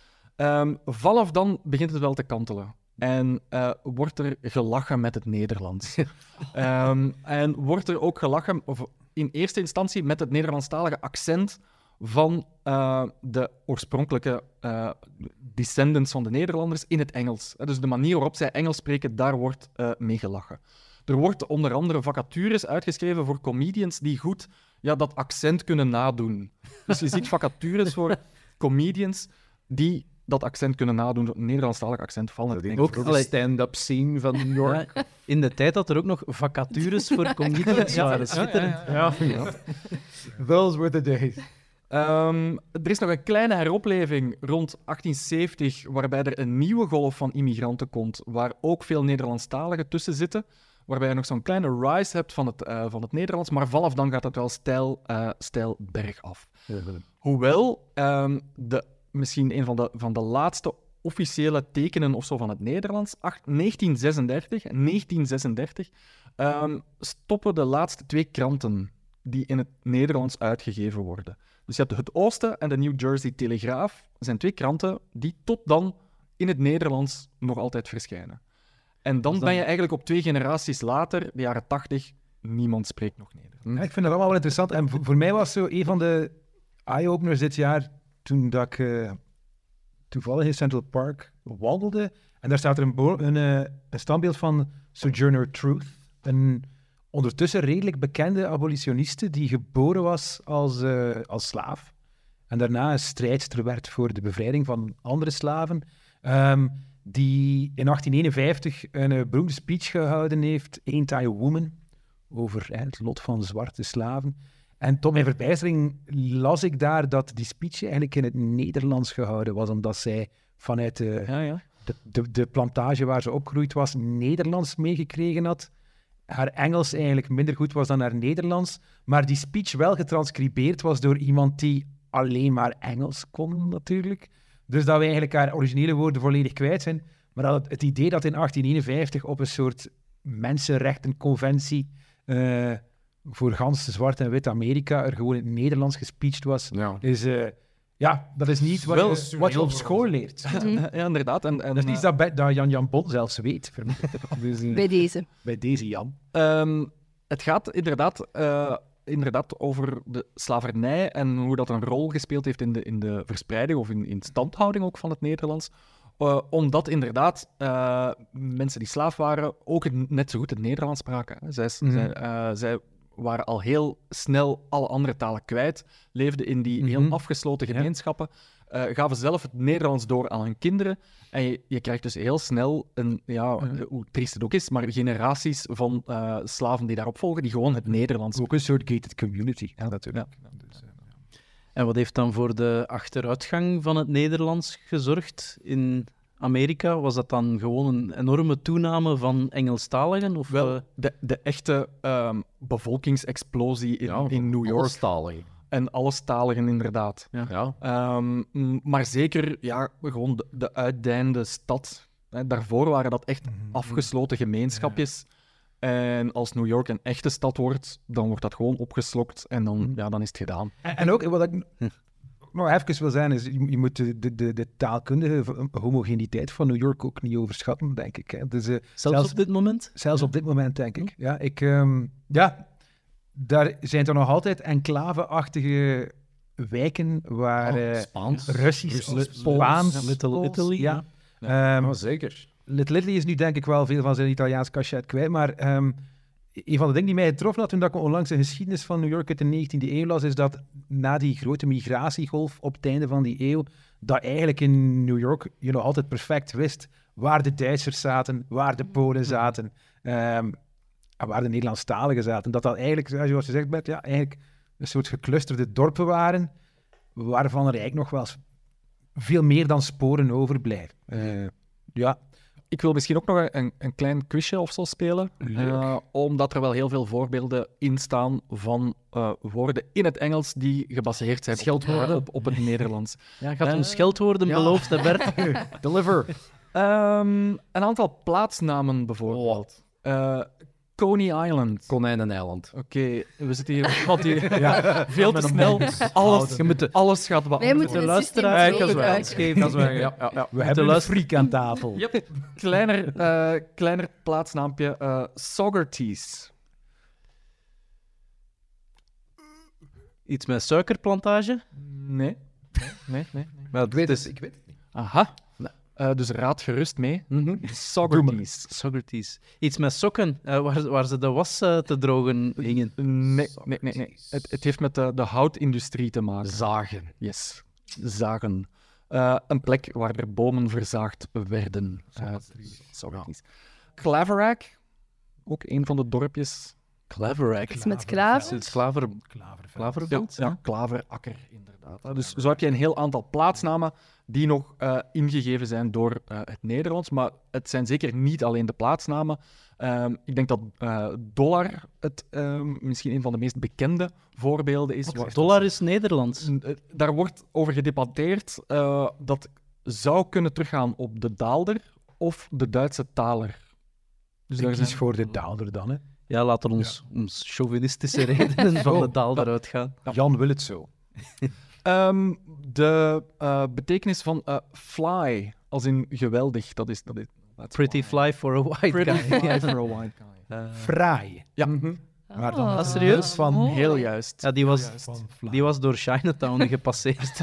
Speaker 5: Um, vanaf dan begint het wel te kantelen. En uh, wordt er gelachen met het Nederlands. um, en wordt er ook gelachen, of in eerste instantie, met het Nederlandstalige accent van uh, de oorspronkelijke uh, descendants van de Nederlanders in het Engels. Dus de manier waarop zij Engels spreken, daar wordt uh, mee gelachen. Er wordt onder andere vacatures uitgeschreven voor comedians die goed ja, dat accent kunnen nadoen. Dus je ziet vacatures voor comedians die dat accent kunnen nadoen, het Nederlandstalig accent van het Engels.
Speaker 6: Ook de stand-up scene van New York.
Speaker 2: Ja, in de tijd dat er ook nog vacatures voor comedians waren. Schitterend.
Speaker 3: Ja, ja. Those were the days.
Speaker 5: Um, er is nog een kleine heropleving rond achttien zeventig, waarbij er een nieuwe golf van immigranten komt, waar ook veel Nederlandstaligen tussen zitten, waarbij je nog zo'n kleine rise hebt van het, uh, van het Nederlands, maar vanaf dan gaat het wel steil, uh, steil bergaf. Ja. Hoewel um, de, misschien een van de, van de laatste officiële tekenen of zo van het Nederlands, negentien zesendertig, negentien zesendertig um, stoppen de laatste twee kranten die in het Nederlands uitgegeven worden. Dus je hebt het Oosten en de New Jersey Telegraaf. Dat zijn twee kranten die tot dan in het Nederlands nog altijd verschijnen. En dan, dan ben je eigenlijk op twee generaties later, de jaren tachtig, niemand spreekt nog Nederlands.
Speaker 3: Ja, ik vind dat allemaal wel interessant. En voor, voor mij was zo een van de eye-openers dit jaar, toen dat ik uh, toevallig in Central Park wandelde. En daar staat er een, bo- een, uh, een standbeeld van Sojourner Truth. Een ondertussen redelijk bekende abolitioniste die geboren was als, uh, als slaaf. En daarna een strijdster werd voor de bevrijding van andere slaven. Um, die in achttien eenenvijftig een uh, beroemde speech gehouden heeft, Ain't I a Woman, over uh, het lot van zwarte slaven. En tot mijn verbijstering las ik daar dat die speech eigenlijk in het Nederlands gehouden was, omdat zij vanuit de,
Speaker 5: ja, ja.
Speaker 3: de, de, de plantage waar ze opgegroeid was, Nederlands meegekregen had. Haar Engels eigenlijk minder goed was dan haar Nederlands, maar die speech wel getranscribeerd was door iemand die alleen maar Engels kon, natuurlijk. Dus dat we eigenlijk haar originele woorden volledig kwijt zijn. Maar dat het, het idee dat in achttien eenenvijftig op een soort mensenrechtenconventie uh, voor gans zwart en wit Amerika er gewoon in het Nederlands gespeecht was,
Speaker 6: Ja.
Speaker 3: is... Uh, ja, dat is niet wat,
Speaker 5: Wel,
Speaker 3: je, wat je op school leert.
Speaker 5: Ja, inderdaad. En, en,
Speaker 3: Dat is niet dat, bij- dat Jan Jan Bon zelfs weet. Dus, uh,
Speaker 4: Bij deze.
Speaker 3: bij deze Jan.
Speaker 5: Um, het gaat inderdaad, uh, inderdaad over de slavernij en hoe dat een rol gespeeld heeft in de, in de verspreiding of in, in standhouding ook van het Nederlands. Uh, omdat inderdaad uh, mensen die slaaf waren ook het, net zo goed het Nederlands spraken. Hè. Zij,
Speaker 3: Mhm.
Speaker 5: zij, uh, zij waren al heel snel alle andere talen kwijt, leefden in die
Speaker 3: Mhm.
Speaker 5: heel afgesloten
Speaker 3: Ja.
Speaker 5: gemeenschappen, uh, gaven zelf het Nederlands door aan hun kinderen. En je, je krijgt dus heel snel, een, ja,
Speaker 3: Ja.
Speaker 5: hoe triest het ook is, maar generaties van uh, slaven die daarop volgen, die gewoon het Nederlands
Speaker 3: Ook een soort gated community. Ja, natuurlijk.
Speaker 5: Ja.
Speaker 3: Dus, uh,
Speaker 2: En wat heeft dan voor de achteruitgang van het Nederlands gezorgd in Amerika? Was dat dan gewoon een enorme toename van Engelstaligen? Of,
Speaker 5: Wel,
Speaker 2: eh,
Speaker 5: de, de echte um, bevolkingsexplosie in,
Speaker 6: Ja,
Speaker 5: in New York.
Speaker 6: Allestalig.
Speaker 5: En allestaligen, inderdaad.
Speaker 6: Ja.
Speaker 5: Um, m- maar zeker, ja, gewoon de, de uitdijnde stad. Hè, daarvoor waren dat echt afgesloten gemeenschapjes. En als New York een echte stad wordt, dan wordt dat gewoon opgeslokt en dan,
Speaker 3: Mhm.
Speaker 5: ja, dan is het gedaan.
Speaker 3: En, en ook, wat ik nog even wil zijn, is je, je moet de, de, de, de taalkundige homogeniteit van New York ook niet overschatten, denk ik. Hè. Dus, uh,
Speaker 2: zelfs,
Speaker 3: zelfs-
Speaker 2: op dit moment?
Speaker 3: zelfs op dit moment, denk ik. Ja, ik, um, ja, daar zijn er nog altijd enclave-achtige wijken waar
Speaker 6: Oh,
Speaker 3: uh,
Speaker 6: Spaans.
Speaker 3: Russisch,
Speaker 6: Russisch,
Speaker 3: Spaans,
Speaker 2: Pools, Little
Speaker 3: Pools,
Speaker 2: Italy,
Speaker 3: Ja.
Speaker 6: Ja,
Speaker 3: Ehm,
Speaker 6: zeker.
Speaker 3: Little Italy is nu denk ik wel veel van zijn Italiaans cachet kwijt, maar ehm, een van de dingen die mij getroffen had toen ik onlangs de geschiedenis van New York uit de negentiende eeuw las, is dat na die grote migratiegolf op het einde van die eeuw, dat eigenlijk in New York je nog altijd perfect wist waar de Duitsers zaten, waar de Polen zaten, ehm, en waar de Nederlandstaligen zaten. Dat dat eigenlijk, zoals je zegt, Bert, ja, eigenlijk een soort geclusterde dorpen waren, waarvan er eigenlijk nog wel eens veel meer dan sporen overblijven. Eh, ja,
Speaker 5: ik wil misschien ook nog een, een klein quizje of zo spelen. Uh, omdat er wel heel veel voorbeelden in staan van uh, woorden in het Engels die gebaseerd zijn
Speaker 6: Scheldwoorden.
Speaker 5: op, op, op het Nederlands.
Speaker 2: Ja, gaat
Speaker 5: Eh,
Speaker 2: ons scheldwoorden
Speaker 5: ja.
Speaker 2: beloofd, hè, Bert?
Speaker 6: Deliver.
Speaker 5: Um, een aantal plaatsnamen bijvoorbeeld. Uh, Coney Island.
Speaker 6: Konijneneiland.
Speaker 5: Oké, we zitten hier met iemand die veel te snel alles,
Speaker 2: Je moet de,
Speaker 5: alles gaat
Speaker 4: Wij
Speaker 5: beantwoorden.
Speaker 4: moeten
Speaker 2: de
Speaker 4: het
Speaker 2: luisteraar
Speaker 4: systeem
Speaker 2: ook
Speaker 4: gebruiken.
Speaker 2: uitgeven. Dat is waar.
Speaker 6: Ja, ja, ja.
Speaker 3: We hebben een
Speaker 2: luisteren.
Speaker 3: freak aan tafel.
Speaker 5: Yep. Kleiner, uh, kleiner plaatsnaampje. Uh, Socrates.
Speaker 2: Iets met suikerplantage?
Speaker 5: Nee. Nee, nee, nee.
Speaker 2: Maar
Speaker 6: Ik weet
Speaker 2: het
Speaker 6: het,
Speaker 2: is
Speaker 6: ik weet het niet.
Speaker 5: Aha.
Speaker 6: Nee.
Speaker 5: Uh, dus raad gerust mee.
Speaker 6: Mhm.
Speaker 5: Socrates.
Speaker 2: Socrates. Iets met sokken, eh, waar, waar ze de was eh, te drogen hingen.
Speaker 5: Nee, nee, nee. nee. Het, het heeft met de, de houtindustrie te maken.
Speaker 6: Zagen.
Speaker 5: Yes. Zagen. Uh, een plek waar er bomen verzaagd werden. Uh, Socrates. Claverack. Ook een van de dorpjes.
Speaker 2: Claverack.
Speaker 4: Iets met klaver.
Speaker 2: Het klaver...
Speaker 3: Klaverveld.
Speaker 2: Klaverveld?
Speaker 5: Ja, ja, klaverakker, inderdaad. hè. Dus zo heb je een heel aantal plaatsnamen die nog uh, ingegeven zijn door uh, het Nederlands. Maar het zijn zeker niet alleen de plaatsnamen. Um, ik denk dat uh, Dollar het um, misschien een van de meest bekende voorbeelden is. Waar-
Speaker 2: Dollar is Nederlands.
Speaker 5: Uh, Daar wordt over gedebatteerd uh, dat zou kunnen teruggaan op de daalder of de Duitse taler. Dus
Speaker 3: Ik
Speaker 5: daar
Speaker 3: kies
Speaker 5: zijn...
Speaker 3: voor de daalder dan, hè.
Speaker 2: Ja, laten we ons om chauvinistische redenen van de daal eruit gaan.
Speaker 3: Jan wil het zo.
Speaker 5: Um, de uh, betekenis van uh, fly, als in geweldig, dat is... Dat is that's
Speaker 2: Pretty fly for a white
Speaker 5: Pretty
Speaker 2: guy.
Speaker 5: fly for a white guy.
Speaker 2: Eh,
Speaker 3: Fraai.
Speaker 5: Ja,
Speaker 3: Maar dan
Speaker 4: Oh.
Speaker 3: het
Speaker 2: serieus?
Speaker 3: beeld van...
Speaker 5: heel juist.
Speaker 2: ja, die was,
Speaker 3: van Vlaai.
Speaker 2: die was door Chinatown gepasseerd.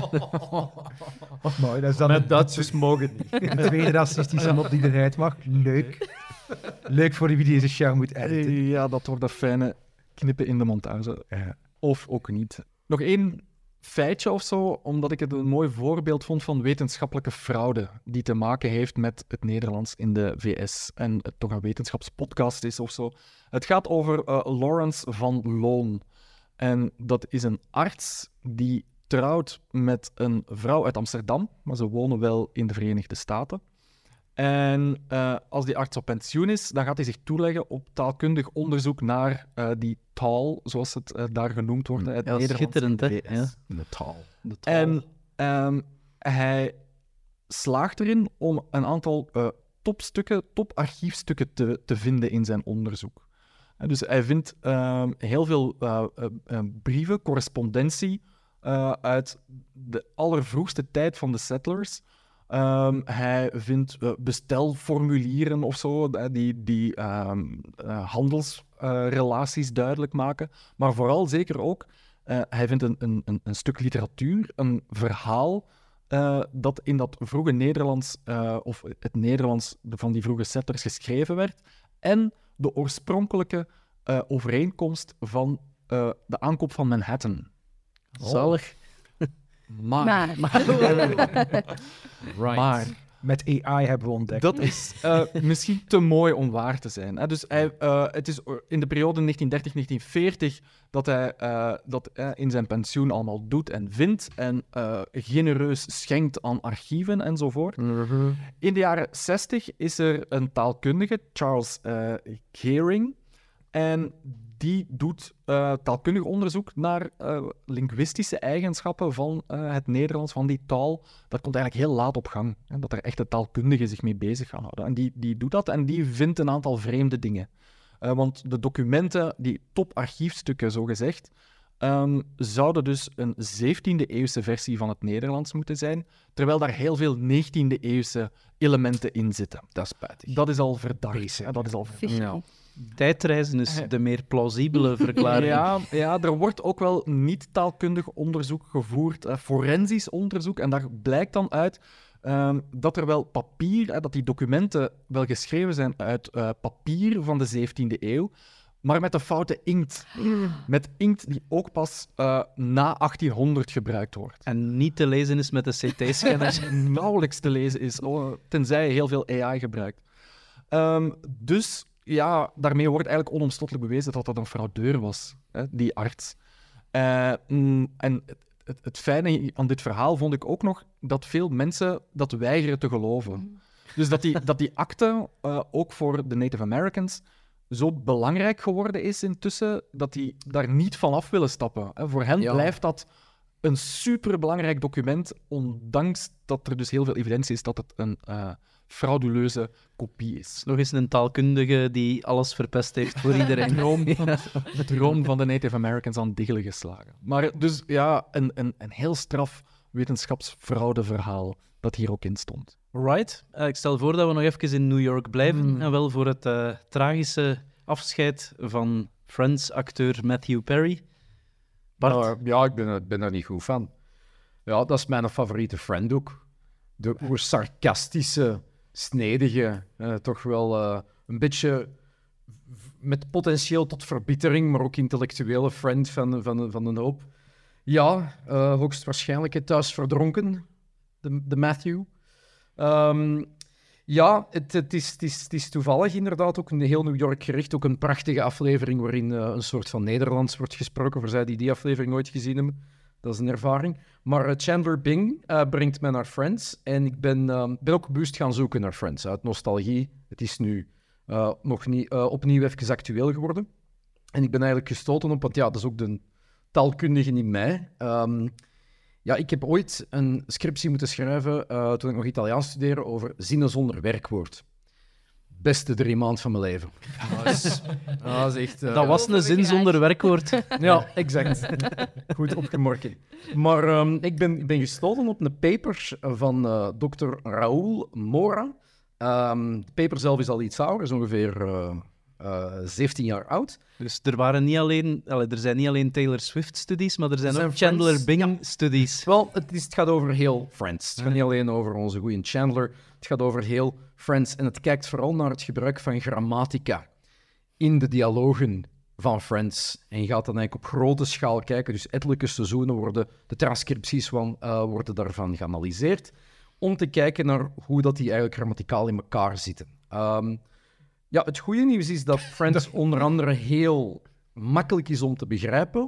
Speaker 3: Oh, mooi, dat is dan een,
Speaker 6: Duitsers mogen niet.
Speaker 3: een tweede racistische mop die eruit mag. Leuk. Leuk voor wie deze show moet editen.
Speaker 5: Ja, dat wordt een fijne knippen in de montage.
Speaker 3: Ja.
Speaker 5: Of ook niet. Nog één feitje of zo, omdat ik het een mooi voorbeeld vond van wetenschappelijke fraude die te maken heeft met het Nederlands in de V S en het toch een wetenschapspodcast is of zo. Het gaat over uh, Lawrence van Loon. En dat is een arts die trouwt met een vrouw uit Amsterdam, maar ze wonen wel in de Verenigde Staten. En uh, als die arts op pensioen is, dan gaat hij zich toeleggen op taalkundig onderzoek naar uh, die taal, zoals het uh, daar genoemd wordt. Het
Speaker 2: Ja, dat is
Speaker 5: Nederlands
Speaker 2: schitterend,
Speaker 5: in
Speaker 2: hè?
Speaker 5: de V S.
Speaker 2: Ja.
Speaker 6: De taal.
Speaker 2: De taal.
Speaker 5: En um, hij slaagt erin om een aantal uh, topstukken, toparchiefstukken te, te vinden in zijn onderzoek. En dus hij vindt um, heel veel uh, uh, uh, brieven, correspondentie uh, uit de allervroegste tijd van de settlers. Um, hij vindt uh, bestelformulieren of zo, uh, die, die um, uh, handelsrelaties uh, duidelijk maken. Maar vooral zeker ook, uh, hij vindt een, een, een stuk literatuur, een verhaal, uh, dat in dat vroege Nederlands, uh, of het Nederlands van die vroege settlers geschreven werd. En de oorspronkelijke uh, overeenkomst van uh, de aankoop van Manhattan.
Speaker 2: Zalig.
Speaker 5: Maar,
Speaker 4: Maar,
Speaker 6: Right.
Speaker 5: maar
Speaker 3: Met A I hebben we ontdekt.
Speaker 5: dat is uh, misschien te mooi om waar te zijn. Hè? Dus hij, uh, het is in de periode negentien dertig tot negentien veertig dat hij uh, dat uh, in zijn pensioen allemaal doet en vindt en uh, genereus schenkt aan archieven enzovoort.
Speaker 6: Mhm.
Speaker 5: In de jaren zestig is er een taalkundige, Charles uh, Gehring, en die doet uh, taalkundig onderzoek naar uh, linguïstische eigenschappen van uh, het Nederlands, van die taal. Dat komt eigenlijk heel laat op gang, hè, dat er echte taalkundigen zich mee bezig gaan houden. En die, die doet dat en die vindt een aantal vreemde dingen. Uh, want de documenten, die toparchiefstukken zogezegd, um, zouden dus een zeventiende-eeuwse versie van het Nederlands moeten zijn, terwijl daar heel veel negentiende-eeuwse elementen in zitten.
Speaker 6: Dat is spijtig.
Speaker 5: Dat is al verdacht. Hè, dat is al verdacht.
Speaker 6: Ja.
Speaker 2: Tijdreizen is de meer plausibele verklaring.
Speaker 5: Ja, ja, er wordt ook wel niet-taalkundig onderzoek gevoerd, eh, forensisch onderzoek, en daar blijkt dan uit um, dat er wel papier, eh, dat die documenten wel geschreven zijn uit uh, papier van de zeventiende eeuw, maar met een foute inkt. Met inkt die ook pas uh, na achttienhonderd gebruikt wordt.
Speaker 2: En niet te lezen is met de C T-scanner.
Speaker 5: Nauwelijks te lezen is, oh, tenzij je heel veel A I gebruikt. Um, dus ja, daarmee wordt eigenlijk onomstottelijk bewezen dat dat een fraudeur was, hè, die arts. Uh, mm, en het, het, het fijne aan dit verhaal vond ik ook nog dat veel mensen dat weigeren te geloven. Dus dat die, dat die akte uh, ook voor de Native Americans zo belangrijk geworden is intussen, dat die daar niet van af willen stappen. Hè. Voor hen
Speaker 6: Ja.
Speaker 5: blijft dat een superbelangrijk document, ondanks dat er dus heel veel evidentie is dat het een uh, frauduleuze kopie is.
Speaker 2: Nog eens een taalkundige die alles verpest heeft voor iedereen.
Speaker 5: Droom, het droom van de Native Americans aan diggelen geslagen. Maar dus ja, een, een, een heel straf wetenschapsfraudeverhaal dat hier ook in stond.
Speaker 2: Right. Uh, ik stel voor dat we nog even in New York blijven.
Speaker 5: Mm.
Speaker 2: En wel voor het uh, tragische afscheid van Friends-acteur Matthew Perry. Bart?
Speaker 6: Uh, ja, ik ben, er- ben daar niet goed van. Ja, dat is mijn favoriete friend ook. De oer sarcastische, snedige, eh, toch wel eh, een beetje v- met potentieel tot verbittering, maar ook intellectuele friend van, van, van een hoop. Ja, uh, hoogstwaarschijnlijk thuis verdronken, de, de Matthew. Ehm, ja, het, het, is, het, is, het is toevallig inderdaad ook een heel New York gericht. Ook een prachtige aflevering waarin uh, een soort van Nederlands wordt gesproken. Voor zij die die aflevering ooit gezien hebben. Dat is een ervaring. Maar uh, Chandler Bing uh, brengt mij naar Friends. En ik ben, uh, ben ook bewust gaan zoeken naar Friends. Uit nostalgie. Het is nu uh, nog niet, uh, opnieuw even actueel geworden. En ik ben eigenlijk gestoten op, want ja, dat is ook de taalkundige in mij. Um, Ja, ik heb ooit een scriptie moeten schrijven uh, toen ik nog Italiaans studeerde over zinnen zonder werkwoord. Beste drie maanden van mijn leven. Dat is, dat is echt... uh,
Speaker 2: Dat was een zin zonder werkwoord.
Speaker 6: Ja, exact. Goed opgemorken. Maar um, ik, ben, ik ben gestoten op een paper van uh, dokter Raúl Mora. Um, de paper zelf is al iets ouder, is ongeveer uh, uh, zeventien jaar oud.
Speaker 2: Dus er, waren niet alleen, allee, er zijn niet alleen Taylor Swift-studies, maar er zijn,
Speaker 6: Er zijn
Speaker 2: ook Chandler
Speaker 6: Friends,
Speaker 2: Bing-studies.
Speaker 6: Wel, het, is, het gaat over heel Friends. Het gaat niet alleen over onze goeie Chandler. Het gaat over heel Friends. En het kijkt vooral naar het gebruik van grammatica in de dialogen van Friends. En je gaat dan eigenlijk op grote schaal kijken. Dus ettelijke seizoenen worden, de transcripties van, uh, worden daarvan geanalyseerd. Om te kijken naar hoe dat die eigenlijk grammaticaal in elkaar zitten. Um, ja, het goede nieuws is dat Friends onder andere heel makkelijk is om te begrijpen,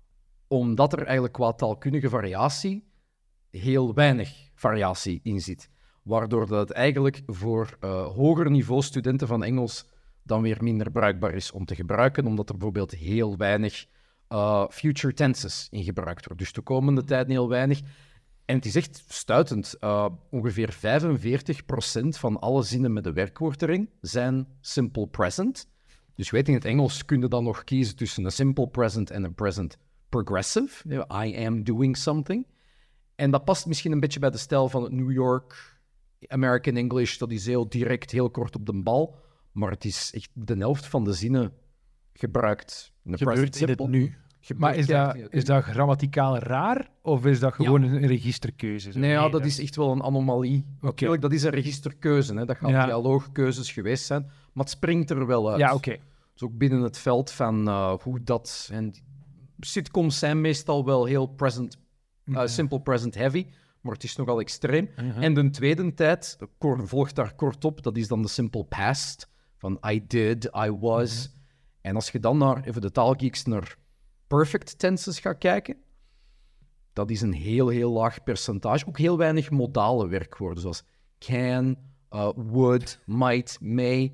Speaker 6: omdat er eigenlijk qua taalkundige variatie heel weinig variatie in zit. Waardoor dat het eigenlijk voor uh, hoger niveau studenten van Engels dan weer minder bruikbaar is om te gebruiken, omdat er bijvoorbeeld heel weinig uh, future tenses in gebruikt wordt. Dus de komende tijd heel weinig. En het is echt stuitend. Uh, ongeveer vijfenveertig procent van alle zinnen met een werkwoord erin zijn simple present. Dus weet in het Engels kun je dan nog kiezen tussen een simple present en een present progressive. I am doing something. En dat past misschien een beetje bij de stijl van het New York American English. Dat is heel direct, heel kort op de bal. Maar het is echt de helft van de zinnen gebruikt. In de
Speaker 5: Gebeurt
Speaker 6: present
Speaker 5: in het
Speaker 6: simple.
Speaker 5: nu.
Speaker 3: Maar is dat, is dat grammaticaal raar of is dat gewoon een registerkeuze? Zo?
Speaker 6: Nee, ja, dat is echt wel een anomalie. Natuurlijk, dat is een registerkeuze. Hè. Dat gaan
Speaker 3: Ja.
Speaker 6: dialoogkeuzes geweest zijn. Maar het springt er wel uit.
Speaker 3: Ja, oké.
Speaker 6: Dus ook binnen het veld van uh, hoe dat... En sitcoms zijn meestal wel heel present, uh, simple present heavy, maar het is nogal extreem.
Speaker 5: Uh-huh.
Speaker 6: En de tweede tijd kor- volgt daar kort op, dat is dan de simple past, van I did, I was.
Speaker 3: Mhm.
Speaker 6: En als je dan naar, even de taalgeeks, naar perfect tenses gaat kijken, dat is een heel, heel laag percentage. Ook heel weinig modale werkwoorden, zoals can, uh, would, might, may.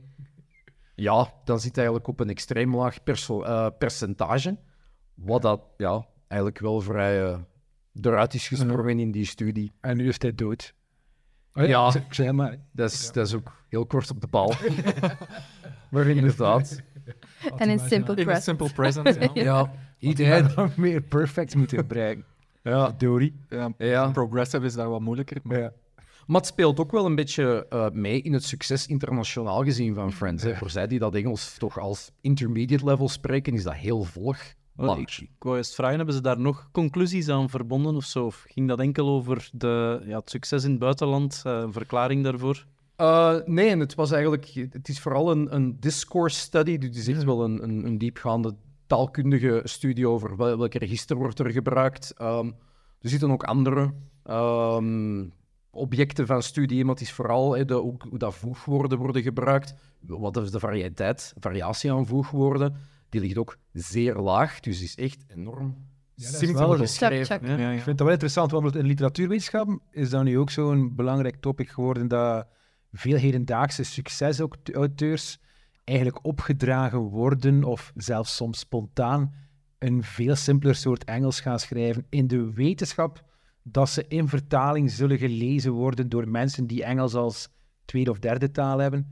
Speaker 6: Ja, dan zit eigenlijk op een extreem laag perso- uh, percentage. Wat dat ja, eigenlijk wel vrij uh, eruit is gesprongen in die studie.
Speaker 3: En nu is hij dood. Oh
Speaker 6: Ja.
Speaker 3: Ik zeg maar.
Speaker 6: Dat is, dat is ook heel kort op de bal. Maar inderdaad.
Speaker 4: En in simple
Speaker 5: In a
Speaker 4: present.
Speaker 5: simple present. ja.
Speaker 6: Ja,
Speaker 3: Hij
Speaker 6: iedereen.
Speaker 3: had meer perfect moeten gebruiken.
Speaker 6: Ja,
Speaker 3: Dory.
Speaker 5: Ja,
Speaker 6: ja.
Speaker 5: Progressive is daar wat moeilijker. Maar...
Speaker 3: Ja.
Speaker 6: Maar het speelt ook wel een beetje uh, mee in het succes internationaal gezien van Friends. Hè. Voor zij die dat Engels toch als intermediate level spreken, is dat heel volg.
Speaker 2: Wel, ik, ik wou eens vragen, hebben ze daar nog conclusies aan verbonden of zo? Of ging dat enkel over de, ja, het succes in het buitenland? Uh, een verklaring daarvoor?
Speaker 6: Uh, nee, en het was eigenlijk... Het is vooral een, een discourse study. Dus het is echt wel een, een, een diepgaande taalkundige studie over wel, welke register wordt er gebruikt. Um, er zitten ook andere um, objecten van studie, maar het is vooral he, de, ook, hoe dat voegwoorden worden gebruikt. Wat is de variëteit, variatie aan voegwoorden? Die ligt ook zeer laag, dus is echt enorm
Speaker 3: Ja, dat is
Speaker 6: simpel
Speaker 3: wel zo.
Speaker 6: geschreven.
Speaker 4: Chak, chak.
Speaker 2: Ja.
Speaker 5: Ja, ja.
Speaker 3: Ik vind dat wel interessant, want in literatuurwetenschappen is dat nu ook zo'n belangrijk topic geworden dat veel hedendaagse succesauteurs eigenlijk opgedragen worden, of zelfs soms spontaan, een veel simpeler soort Engels gaan schrijven in de wetenschap dat ze in vertaling zullen gelezen worden door mensen die Engels als tweede of derde taal hebben.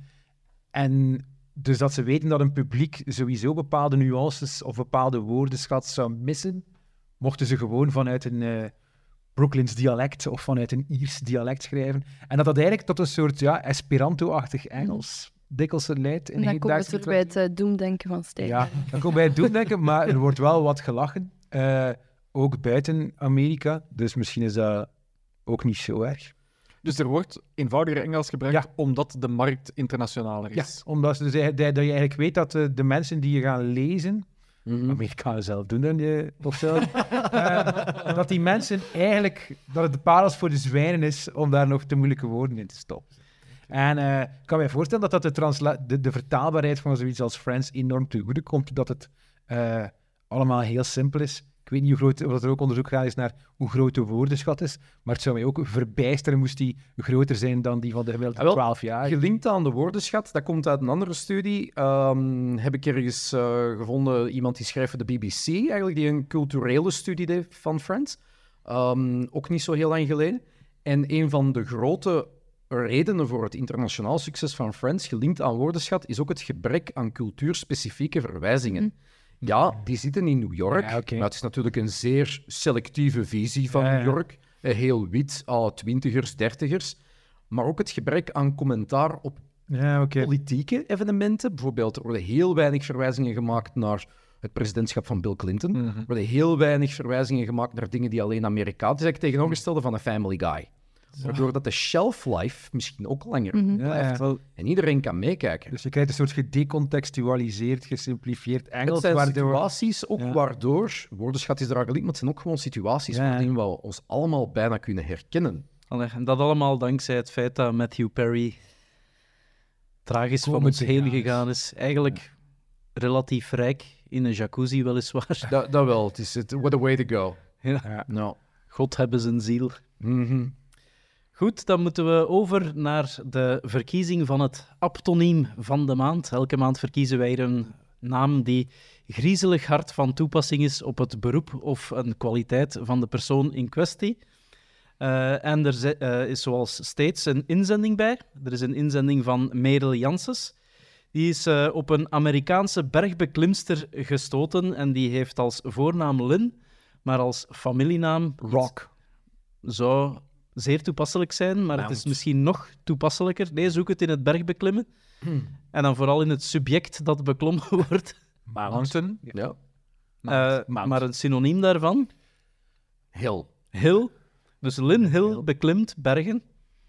Speaker 3: En dus dat ze weten dat een publiek sowieso bepaalde nuances of bepaalde woordenschat zou missen, mochten ze gewoon vanuit een uh, Brooklyns dialect of vanuit een Iers dialect schrijven. En dat dat eigenlijk tot een soort ja, Esperanto-achtig Engels dikwijls leidt. In
Speaker 4: En dan komen
Speaker 3: hedendaagse
Speaker 4: we bij het uh, doemdenken van Stijn.
Speaker 3: Ja, dan komen bij het doemdenken, maar er wordt wel wat gelachen. Uh, ook buiten Amerika, dus misschien is dat ook niet zo erg.
Speaker 5: Dus er wordt eenvoudiger Engels gebruikt
Speaker 3: Ja.
Speaker 5: omdat de markt internationaler
Speaker 3: Ja,
Speaker 5: is.
Speaker 3: omdat ze dus eigenlijk- dat je eigenlijk weet dat de, de mensen die je gaan lezen,
Speaker 6: Mhm.
Speaker 3: Amerikanen zelf doen dat niet, of zo, uh, dat die mensen eigenlijk, dat het de parels voor de zwijnen is om daar nog te moeilijke woorden in te stoppen. En uh, ik kan me voorstellen dat, dat de, transla- de, de vertaalbaarheid van zoiets als Friends enorm te goede komt, dat het uh, allemaal heel simpel is. Ik weet niet hoe groot, of er ook onderzoek gedaan is naar hoe groot de woordenschat is, maar het zou mij ook verbijsteren moest die groter zijn dan die van de gemiddelde
Speaker 6: Ah, wel,
Speaker 3: twaalf jaar.
Speaker 6: Gelinkt aan de woordenschat, dat komt uit een andere studie. Ehm, heb ik ergens uh, gevonden, iemand die schrijft voor de B B C, eigenlijk, die een culturele studie deed van Friends. Ehm, ook niet zo heel lang geleden. En een van de grote redenen voor het internationaal succes van Friends, gelinkt aan woordenschat, is ook het gebrek aan cultuurspecifieke verwijzingen.
Speaker 4: Mm.
Speaker 6: Ja, die zitten in New York,
Speaker 3: Ja, oké.
Speaker 6: maar het is natuurlijk een zeer selectieve visie van
Speaker 3: Ja, ja.
Speaker 6: New York. Eh, Heel wit, à twintigers, dertigers. Maar ook het gebrek aan commentaar op
Speaker 3: Ja, oké.
Speaker 6: politieke evenementen. Bijvoorbeeld, er worden heel weinig verwijzingen gemaakt naar het presidentschap van Bill Clinton. Er worden heel weinig verwijzingen gemaakt naar dingen die alleen Amerikaans zijn. Het is eigenlijk tegenovergestelde van een Family Guy. Waardoor dat de shelf life misschien ook langer
Speaker 4: Mhm.
Speaker 6: blijft.
Speaker 3: Ja, ja.
Speaker 6: En iedereen kan meekijken.
Speaker 3: Dus je krijgt een soort gedecontextualiseerd, gesimplifieerd
Speaker 6: Het
Speaker 3: Engels,
Speaker 6: zijn
Speaker 3: waardoor...
Speaker 6: situaties ook
Speaker 3: Ja.
Speaker 6: waardoor, woordenschat is eraan gelinkt, maar het zijn ook gewoon situaties
Speaker 3: Ja.
Speaker 6: waarin we ons allemaal bijna kunnen herkennen.
Speaker 2: Allee, en dat allemaal dankzij het feit dat Matthew Perry tragisch van
Speaker 3: Komen
Speaker 2: ons
Speaker 3: te
Speaker 2: heen
Speaker 3: gaan is.
Speaker 2: gegaan is. Eigenlijk relatief rijk, in een jacuzzi weliswaar.
Speaker 6: Dat, dat wel, het is het, what a way to go.
Speaker 2: Ja.
Speaker 6: Nou.
Speaker 2: God hebben zijn ziel.
Speaker 6: Mhm.
Speaker 2: Goed, dan moeten we over naar de verkiezing van het aptoniem van de maand. Elke maand verkiezen wij een naam die griezelig hard van toepassing is op het beroep of een kwaliteit van de persoon in kwestie. Uh, en er zi- uh, is zoals steeds een inzending bij. Er is een inzending van Merel Janssens. Die is uh, op een Amerikaanse bergbeklimster gestoten en die heeft als voornaam Lynn, maar als familienaam
Speaker 6: Rock.
Speaker 2: zou zeer toepasselijk zijn, maar het is
Speaker 6: Mount.
Speaker 2: misschien nog toepasselijker. Nee, zoek het in het bergbeklimmen. En dan vooral in het subject dat beklommen wordt.
Speaker 5: Mountain.
Speaker 6: Ja.
Speaker 2: Uh,
Speaker 5: Mount.
Speaker 2: maar een synoniem daarvan,
Speaker 6: Hill.
Speaker 2: Hill. Dus Lynn Hill beklimt bergen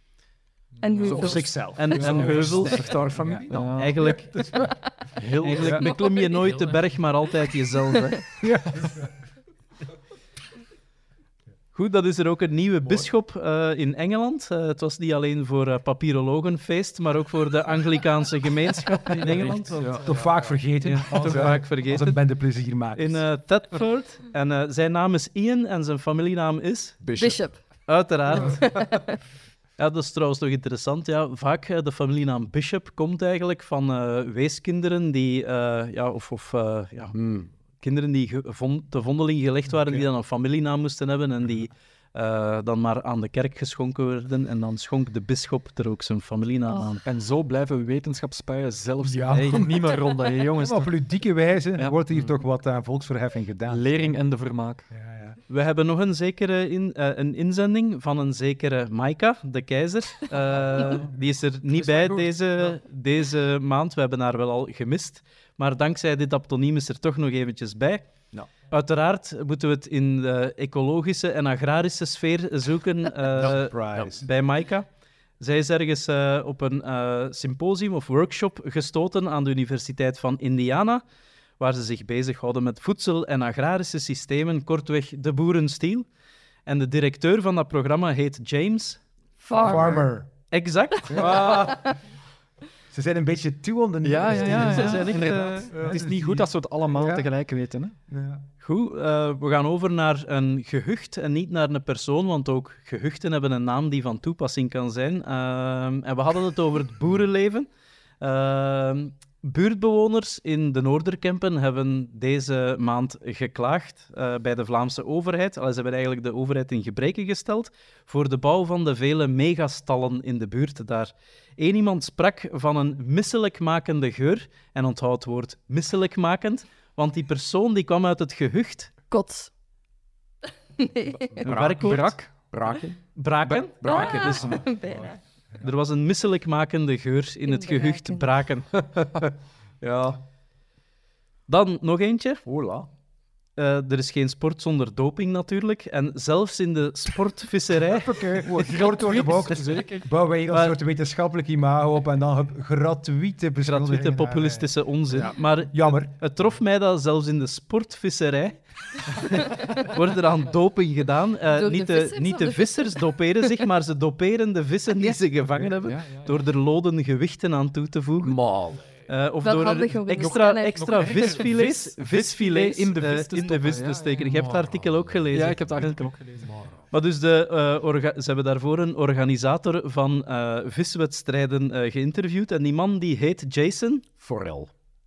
Speaker 4: En
Speaker 3: Of
Speaker 4: heuvels.
Speaker 3: zichzelf.
Speaker 2: en, en heuvels.
Speaker 6: Sterftaarfamilie.
Speaker 3: Ja.
Speaker 6: Ja.
Speaker 2: Eigenlijk, eigenlijk beklim je nooit de berg, maar altijd jezelf. Hè. Goed, dat is er ook een nieuwe bisschop uh, in Engeland. Uh, het was niet alleen voor uh, papierologenfeest, maar ook voor de Anglikaanse gemeenschap in Engeland. Want-
Speaker 3: Toch vaak vergeten.
Speaker 2: Ja,
Speaker 3: als,
Speaker 2: toch
Speaker 3: eh,
Speaker 2: vaak
Speaker 3: Als
Speaker 2: vergeten.
Speaker 3: het bende plezier maakt.
Speaker 2: In uh, Thetford. En uh, zijn naam is Ian en zijn familienaam is...
Speaker 6: Bishop.
Speaker 4: Bishop.
Speaker 2: Uiteraard. Ja, dat is trouwens toch interessant. Ja, vaak uh, de familienaam Bishop komt eigenlijk van uh, weeskinderen die... uh, ja, of of uh, ja,
Speaker 6: Hmm.
Speaker 2: kinderen die ge- von- te vondeling gelegd waren,
Speaker 3: Oké.
Speaker 2: die dan een familienaam moesten hebben en die uh, dan maar aan de kerk geschonken werden. En dan schonk de bisschop er ook zijn familienaam
Speaker 4: Oh.
Speaker 2: aan.
Speaker 5: En zo blijven wetenschapspuien zelfs
Speaker 3: Ja.
Speaker 5: hey, niet meer rond, hè, jongens.
Speaker 3: op ludieke wijze
Speaker 5: Ja.
Speaker 3: wordt hier toch wat aan volksverheffing gedaan.
Speaker 5: Lering en de vermaak.
Speaker 3: Ja, ja.
Speaker 2: We hebben nog een zekere in, uh, een inzending van een zekere Maika, de keizer. Uh, die is er niet bij deze, deze maand. We hebben haar wel al gemist. Maar dankzij dit aptoniem is er toch nog eventjes bij.
Speaker 6: Ja.
Speaker 2: Uiteraard moeten we het in de ecologische en agrarische sfeer zoeken uh,
Speaker 3: Surprise.
Speaker 2: bij Maika. Zij is ergens uh, op een uh, symposium of workshop gestoten aan de Universiteit van Indiana, waar ze zich bezighouden met voedsel- en agrarische systemen, kortweg de boerenstiel. En de directeur van dat programma heet James.
Speaker 4: Farmer.
Speaker 3: Farmer.
Speaker 2: Exact.
Speaker 3: Ze zijn een beetje toe on the nose.
Speaker 5: Ja, ja, ja.
Speaker 2: Ze
Speaker 5: ja.
Speaker 2: zijn echt,
Speaker 5: Inderdaad.
Speaker 2: eh,
Speaker 5: Het is niet goed dat ze het allemaal
Speaker 3: Ja.
Speaker 5: tegelijk weten. Hè?
Speaker 3: Ja.
Speaker 2: Goed, eh, we gaan over naar een gehucht en niet naar een persoon, want ook gehuchten hebben een naam die van toepassing kan zijn. Ehm, en we hadden het over het boerenleven. Ehm, buurtbewoners in de Noorderkempen hebben deze maand geklaagd eh, bij de Vlaamse overheid. Allee, ze hebben eigenlijk de overheid in gebreke gesteld voor de bouw van de vele megastallen in de buurt daar. Eén iemand sprak van een misselijkmakende geur. En onthoud het woord misselijkmakend, want die persoon die kwam uit het gehucht.
Speaker 4: Kots. Nee.
Speaker 2: Een werkwoord.
Speaker 5: Brak.
Speaker 6: Braken.
Speaker 2: Braken.
Speaker 6: Braken.
Speaker 4: Ah,
Speaker 6: Dus
Speaker 4: bijna.
Speaker 2: Er was een misselijkmakende geur in,
Speaker 4: In
Speaker 2: het gehucht
Speaker 4: Braken.
Speaker 2: Braken.
Speaker 6: ja,
Speaker 2: Dan nog eentje.
Speaker 6: voilà.
Speaker 2: Eh, er is geen sport zonder doping natuurlijk. En zelfs in de sportvisserij...
Speaker 3: Oké, groot door de bocht. Bouwen wij hier een
Speaker 2: Maar-
Speaker 3: soort wetenschappelijk imago op en dan heb gratuite beschuldigingen.
Speaker 2: Gratuite populistische onzin. Maar
Speaker 3: Jammer.
Speaker 2: het trof mij dat zelfs in de sportvisserij wordt er aan doping gedaan. Eh,
Speaker 4: Door de
Speaker 2: niet de,
Speaker 4: vissers
Speaker 2: niet
Speaker 4: of
Speaker 2: de
Speaker 4: de-
Speaker 2: vissers doperen zich, maar ze doperen de vissen die ze gevangen hebben.
Speaker 5: Ja, ja, ja.
Speaker 2: Door er loden gewichten aan toe te voegen.
Speaker 6: Maar,
Speaker 2: Eh, of
Speaker 4: Wel
Speaker 2: door
Speaker 4: handig
Speaker 2: er
Speaker 4: om in de
Speaker 2: extra,
Speaker 4: scanner-
Speaker 2: extra
Speaker 5: Nog echt
Speaker 2: visfilets,
Speaker 5: vis-
Speaker 2: visfilets
Speaker 5: in de
Speaker 2: eh,
Speaker 5: vis te
Speaker 2: in de
Speaker 5: stoppen,
Speaker 2: vis te
Speaker 5: ja,
Speaker 2: steken.
Speaker 5: ja.
Speaker 2: Je hebt het artikel ook gelezen.
Speaker 5: Ja, ik heb het artikel ook gelezen.
Speaker 2: Maar dus de, eh, orga- ze hebben daarvoor een organisator van eh, viswedstrijden eh, geïnterviewd. En die man die heet Jason.
Speaker 6: forel.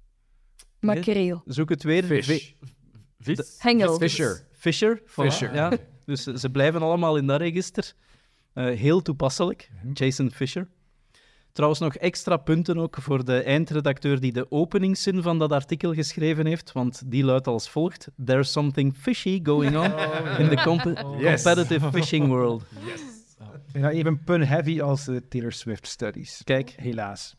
Speaker 4: Makreel.
Speaker 2: Zoek het weer.
Speaker 6: Fish.
Speaker 2: V-
Speaker 5: Vis.
Speaker 4: Hengel.
Speaker 6: Fisher.
Speaker 2: Fisher. voilà,
Speaker 6: Fisher.
Speaker 2: Ja. Dus ze ze blijven allemaal in dat register. Eh, heel toepasselijk. Jason Fisher. Trouwens, nog extra punten ook voor de eindredacteur die de openingszin van dat artikel geschreven heeft, want die luidt als volgt: There's something fishy going on in the comp-
Speaker 6: Yes.
Speaker 2: competitive fishing world.
Speaker 3: Ja, even pun-heavy als de Taylor Swift studies.
Speaker 2: Kijk,
Speaker 3: Helaas.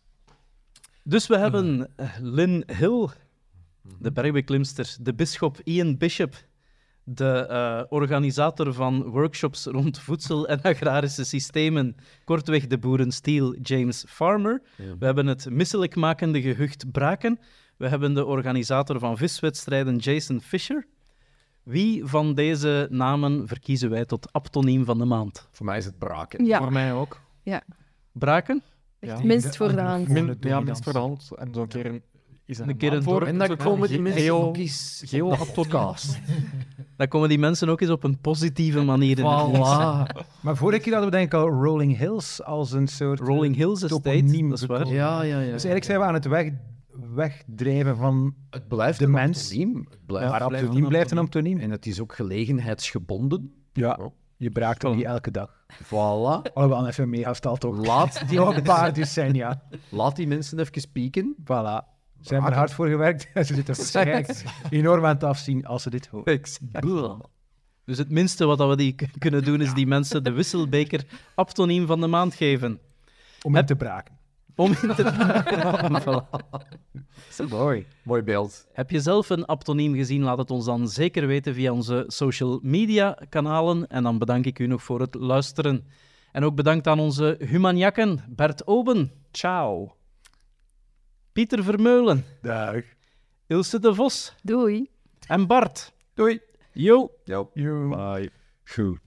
Speaker 2: dus we hebben eh, Lynn Hill, de bergbeklimster, de bisschop Ian Bishop, de eh, organisator van workshops rond voedsel- en agrarische systemen, kortweg de boerenstiel James Farmer. We hebben het misselijkmakende gehucht Braken. We hebben de organisator van viswedstrijden Jason Fisher. Wie van deze namen verkiezen wij tot abtoniem van de maand?
Speaker 6: Voor mij is het braken.
Speaker 4: Ja,
Speaker 5: Voor mij ook.
Speaker 2: Braken?
Speaker 5: Ja.
Speaker 4: minst voor de hand.
Speaker 5: Min, ja, minst voor de hand. En zo'n keer een... Is er
Speaker 2: Een keer een
Speaker 5: naam voor?
Speaker 2: dorp.
Speaker 6: En dan
Speaker 5: Zo'n
Speaker 6: komen die
Speaker 5: ge-
Speaker 6: mensen
Speaker 5: geo-
Speaker 6: ook eens
Speaker 5: geo-
Speaker 6: op de podcast.
Speaker 2: Dan komen die mensen ook eens op een positieve manier in het nieuws.
Speaker 6: Voilà.
Speaker 3: Maar vorige keer hadden we denk ik al Rolling Hills als een soort...
Speaker 2: Rolling Hills Estate,
Speaker 3: toponiem
Speaker 2: dat is waar.
Speaker 6: Ja, ja, ja.
Speaker 3: Dus eigenlijk zijn we aan het weg, wegdrijven van...
Speaker 6: Het blijft
Speaker 3: de
Speaker 6: een
Speaker 3: mens.
Speaker 6: abtoniem. Het blijft,
Speaker 3: maar
Speaker 2: blijft
Speaker 3: abtoniem
Speaker 2: een
Speaker 3: blijft een abtoniem.
Speaker 6: En het is ook gelegenheidsgebonden.
Speaker 3: Ja,
Speaker 6: Oh.
Speaker 3: je braakt hem niet elke dag.
Speaker 6: Voilà.
Speaker 3: Alhoewel, even een megastal toch.
Speaker 6: Laat die,
Speaker 3: Die ook een paar decennia.
Speaker 6: laat die mensen even pieken.
Speaker 3: Voilà. Ze hebben er hard voor gewerkt en ze zitten waarschijnlijk enorm aan het afzien als ze dit horen.
Speaker 2: Dus het minste wat we die k- kunnen doen, is die mensen de wisselbeker abtoniem van de maand geven.
Speaker 3: Om hem te braken.
Speaker 2: Om in te... Voilà.
Speaker 6: Mooi. Mooi beeld.
Speaker 2: Heb je zelf een abtoniem gezien? Laat het ons dan zeker weten via onze social media kanalen. En dan bedank ik u nog voor het luisteren. En ook bedankt aan onze humaniakken, Bert Oben. Ciao. Pieter Vermeulen.
Speaker 3: Dag.
Speaker 2: Ilse de Vos.
Speaker 4: Doei.
Speaker 2: En Bart.
Speaker 3: Doei.
Speaker 2: Yo.
Speaker 6: Jo.
Speaker 3: Jo.
Speaker 6: Bye. Goed.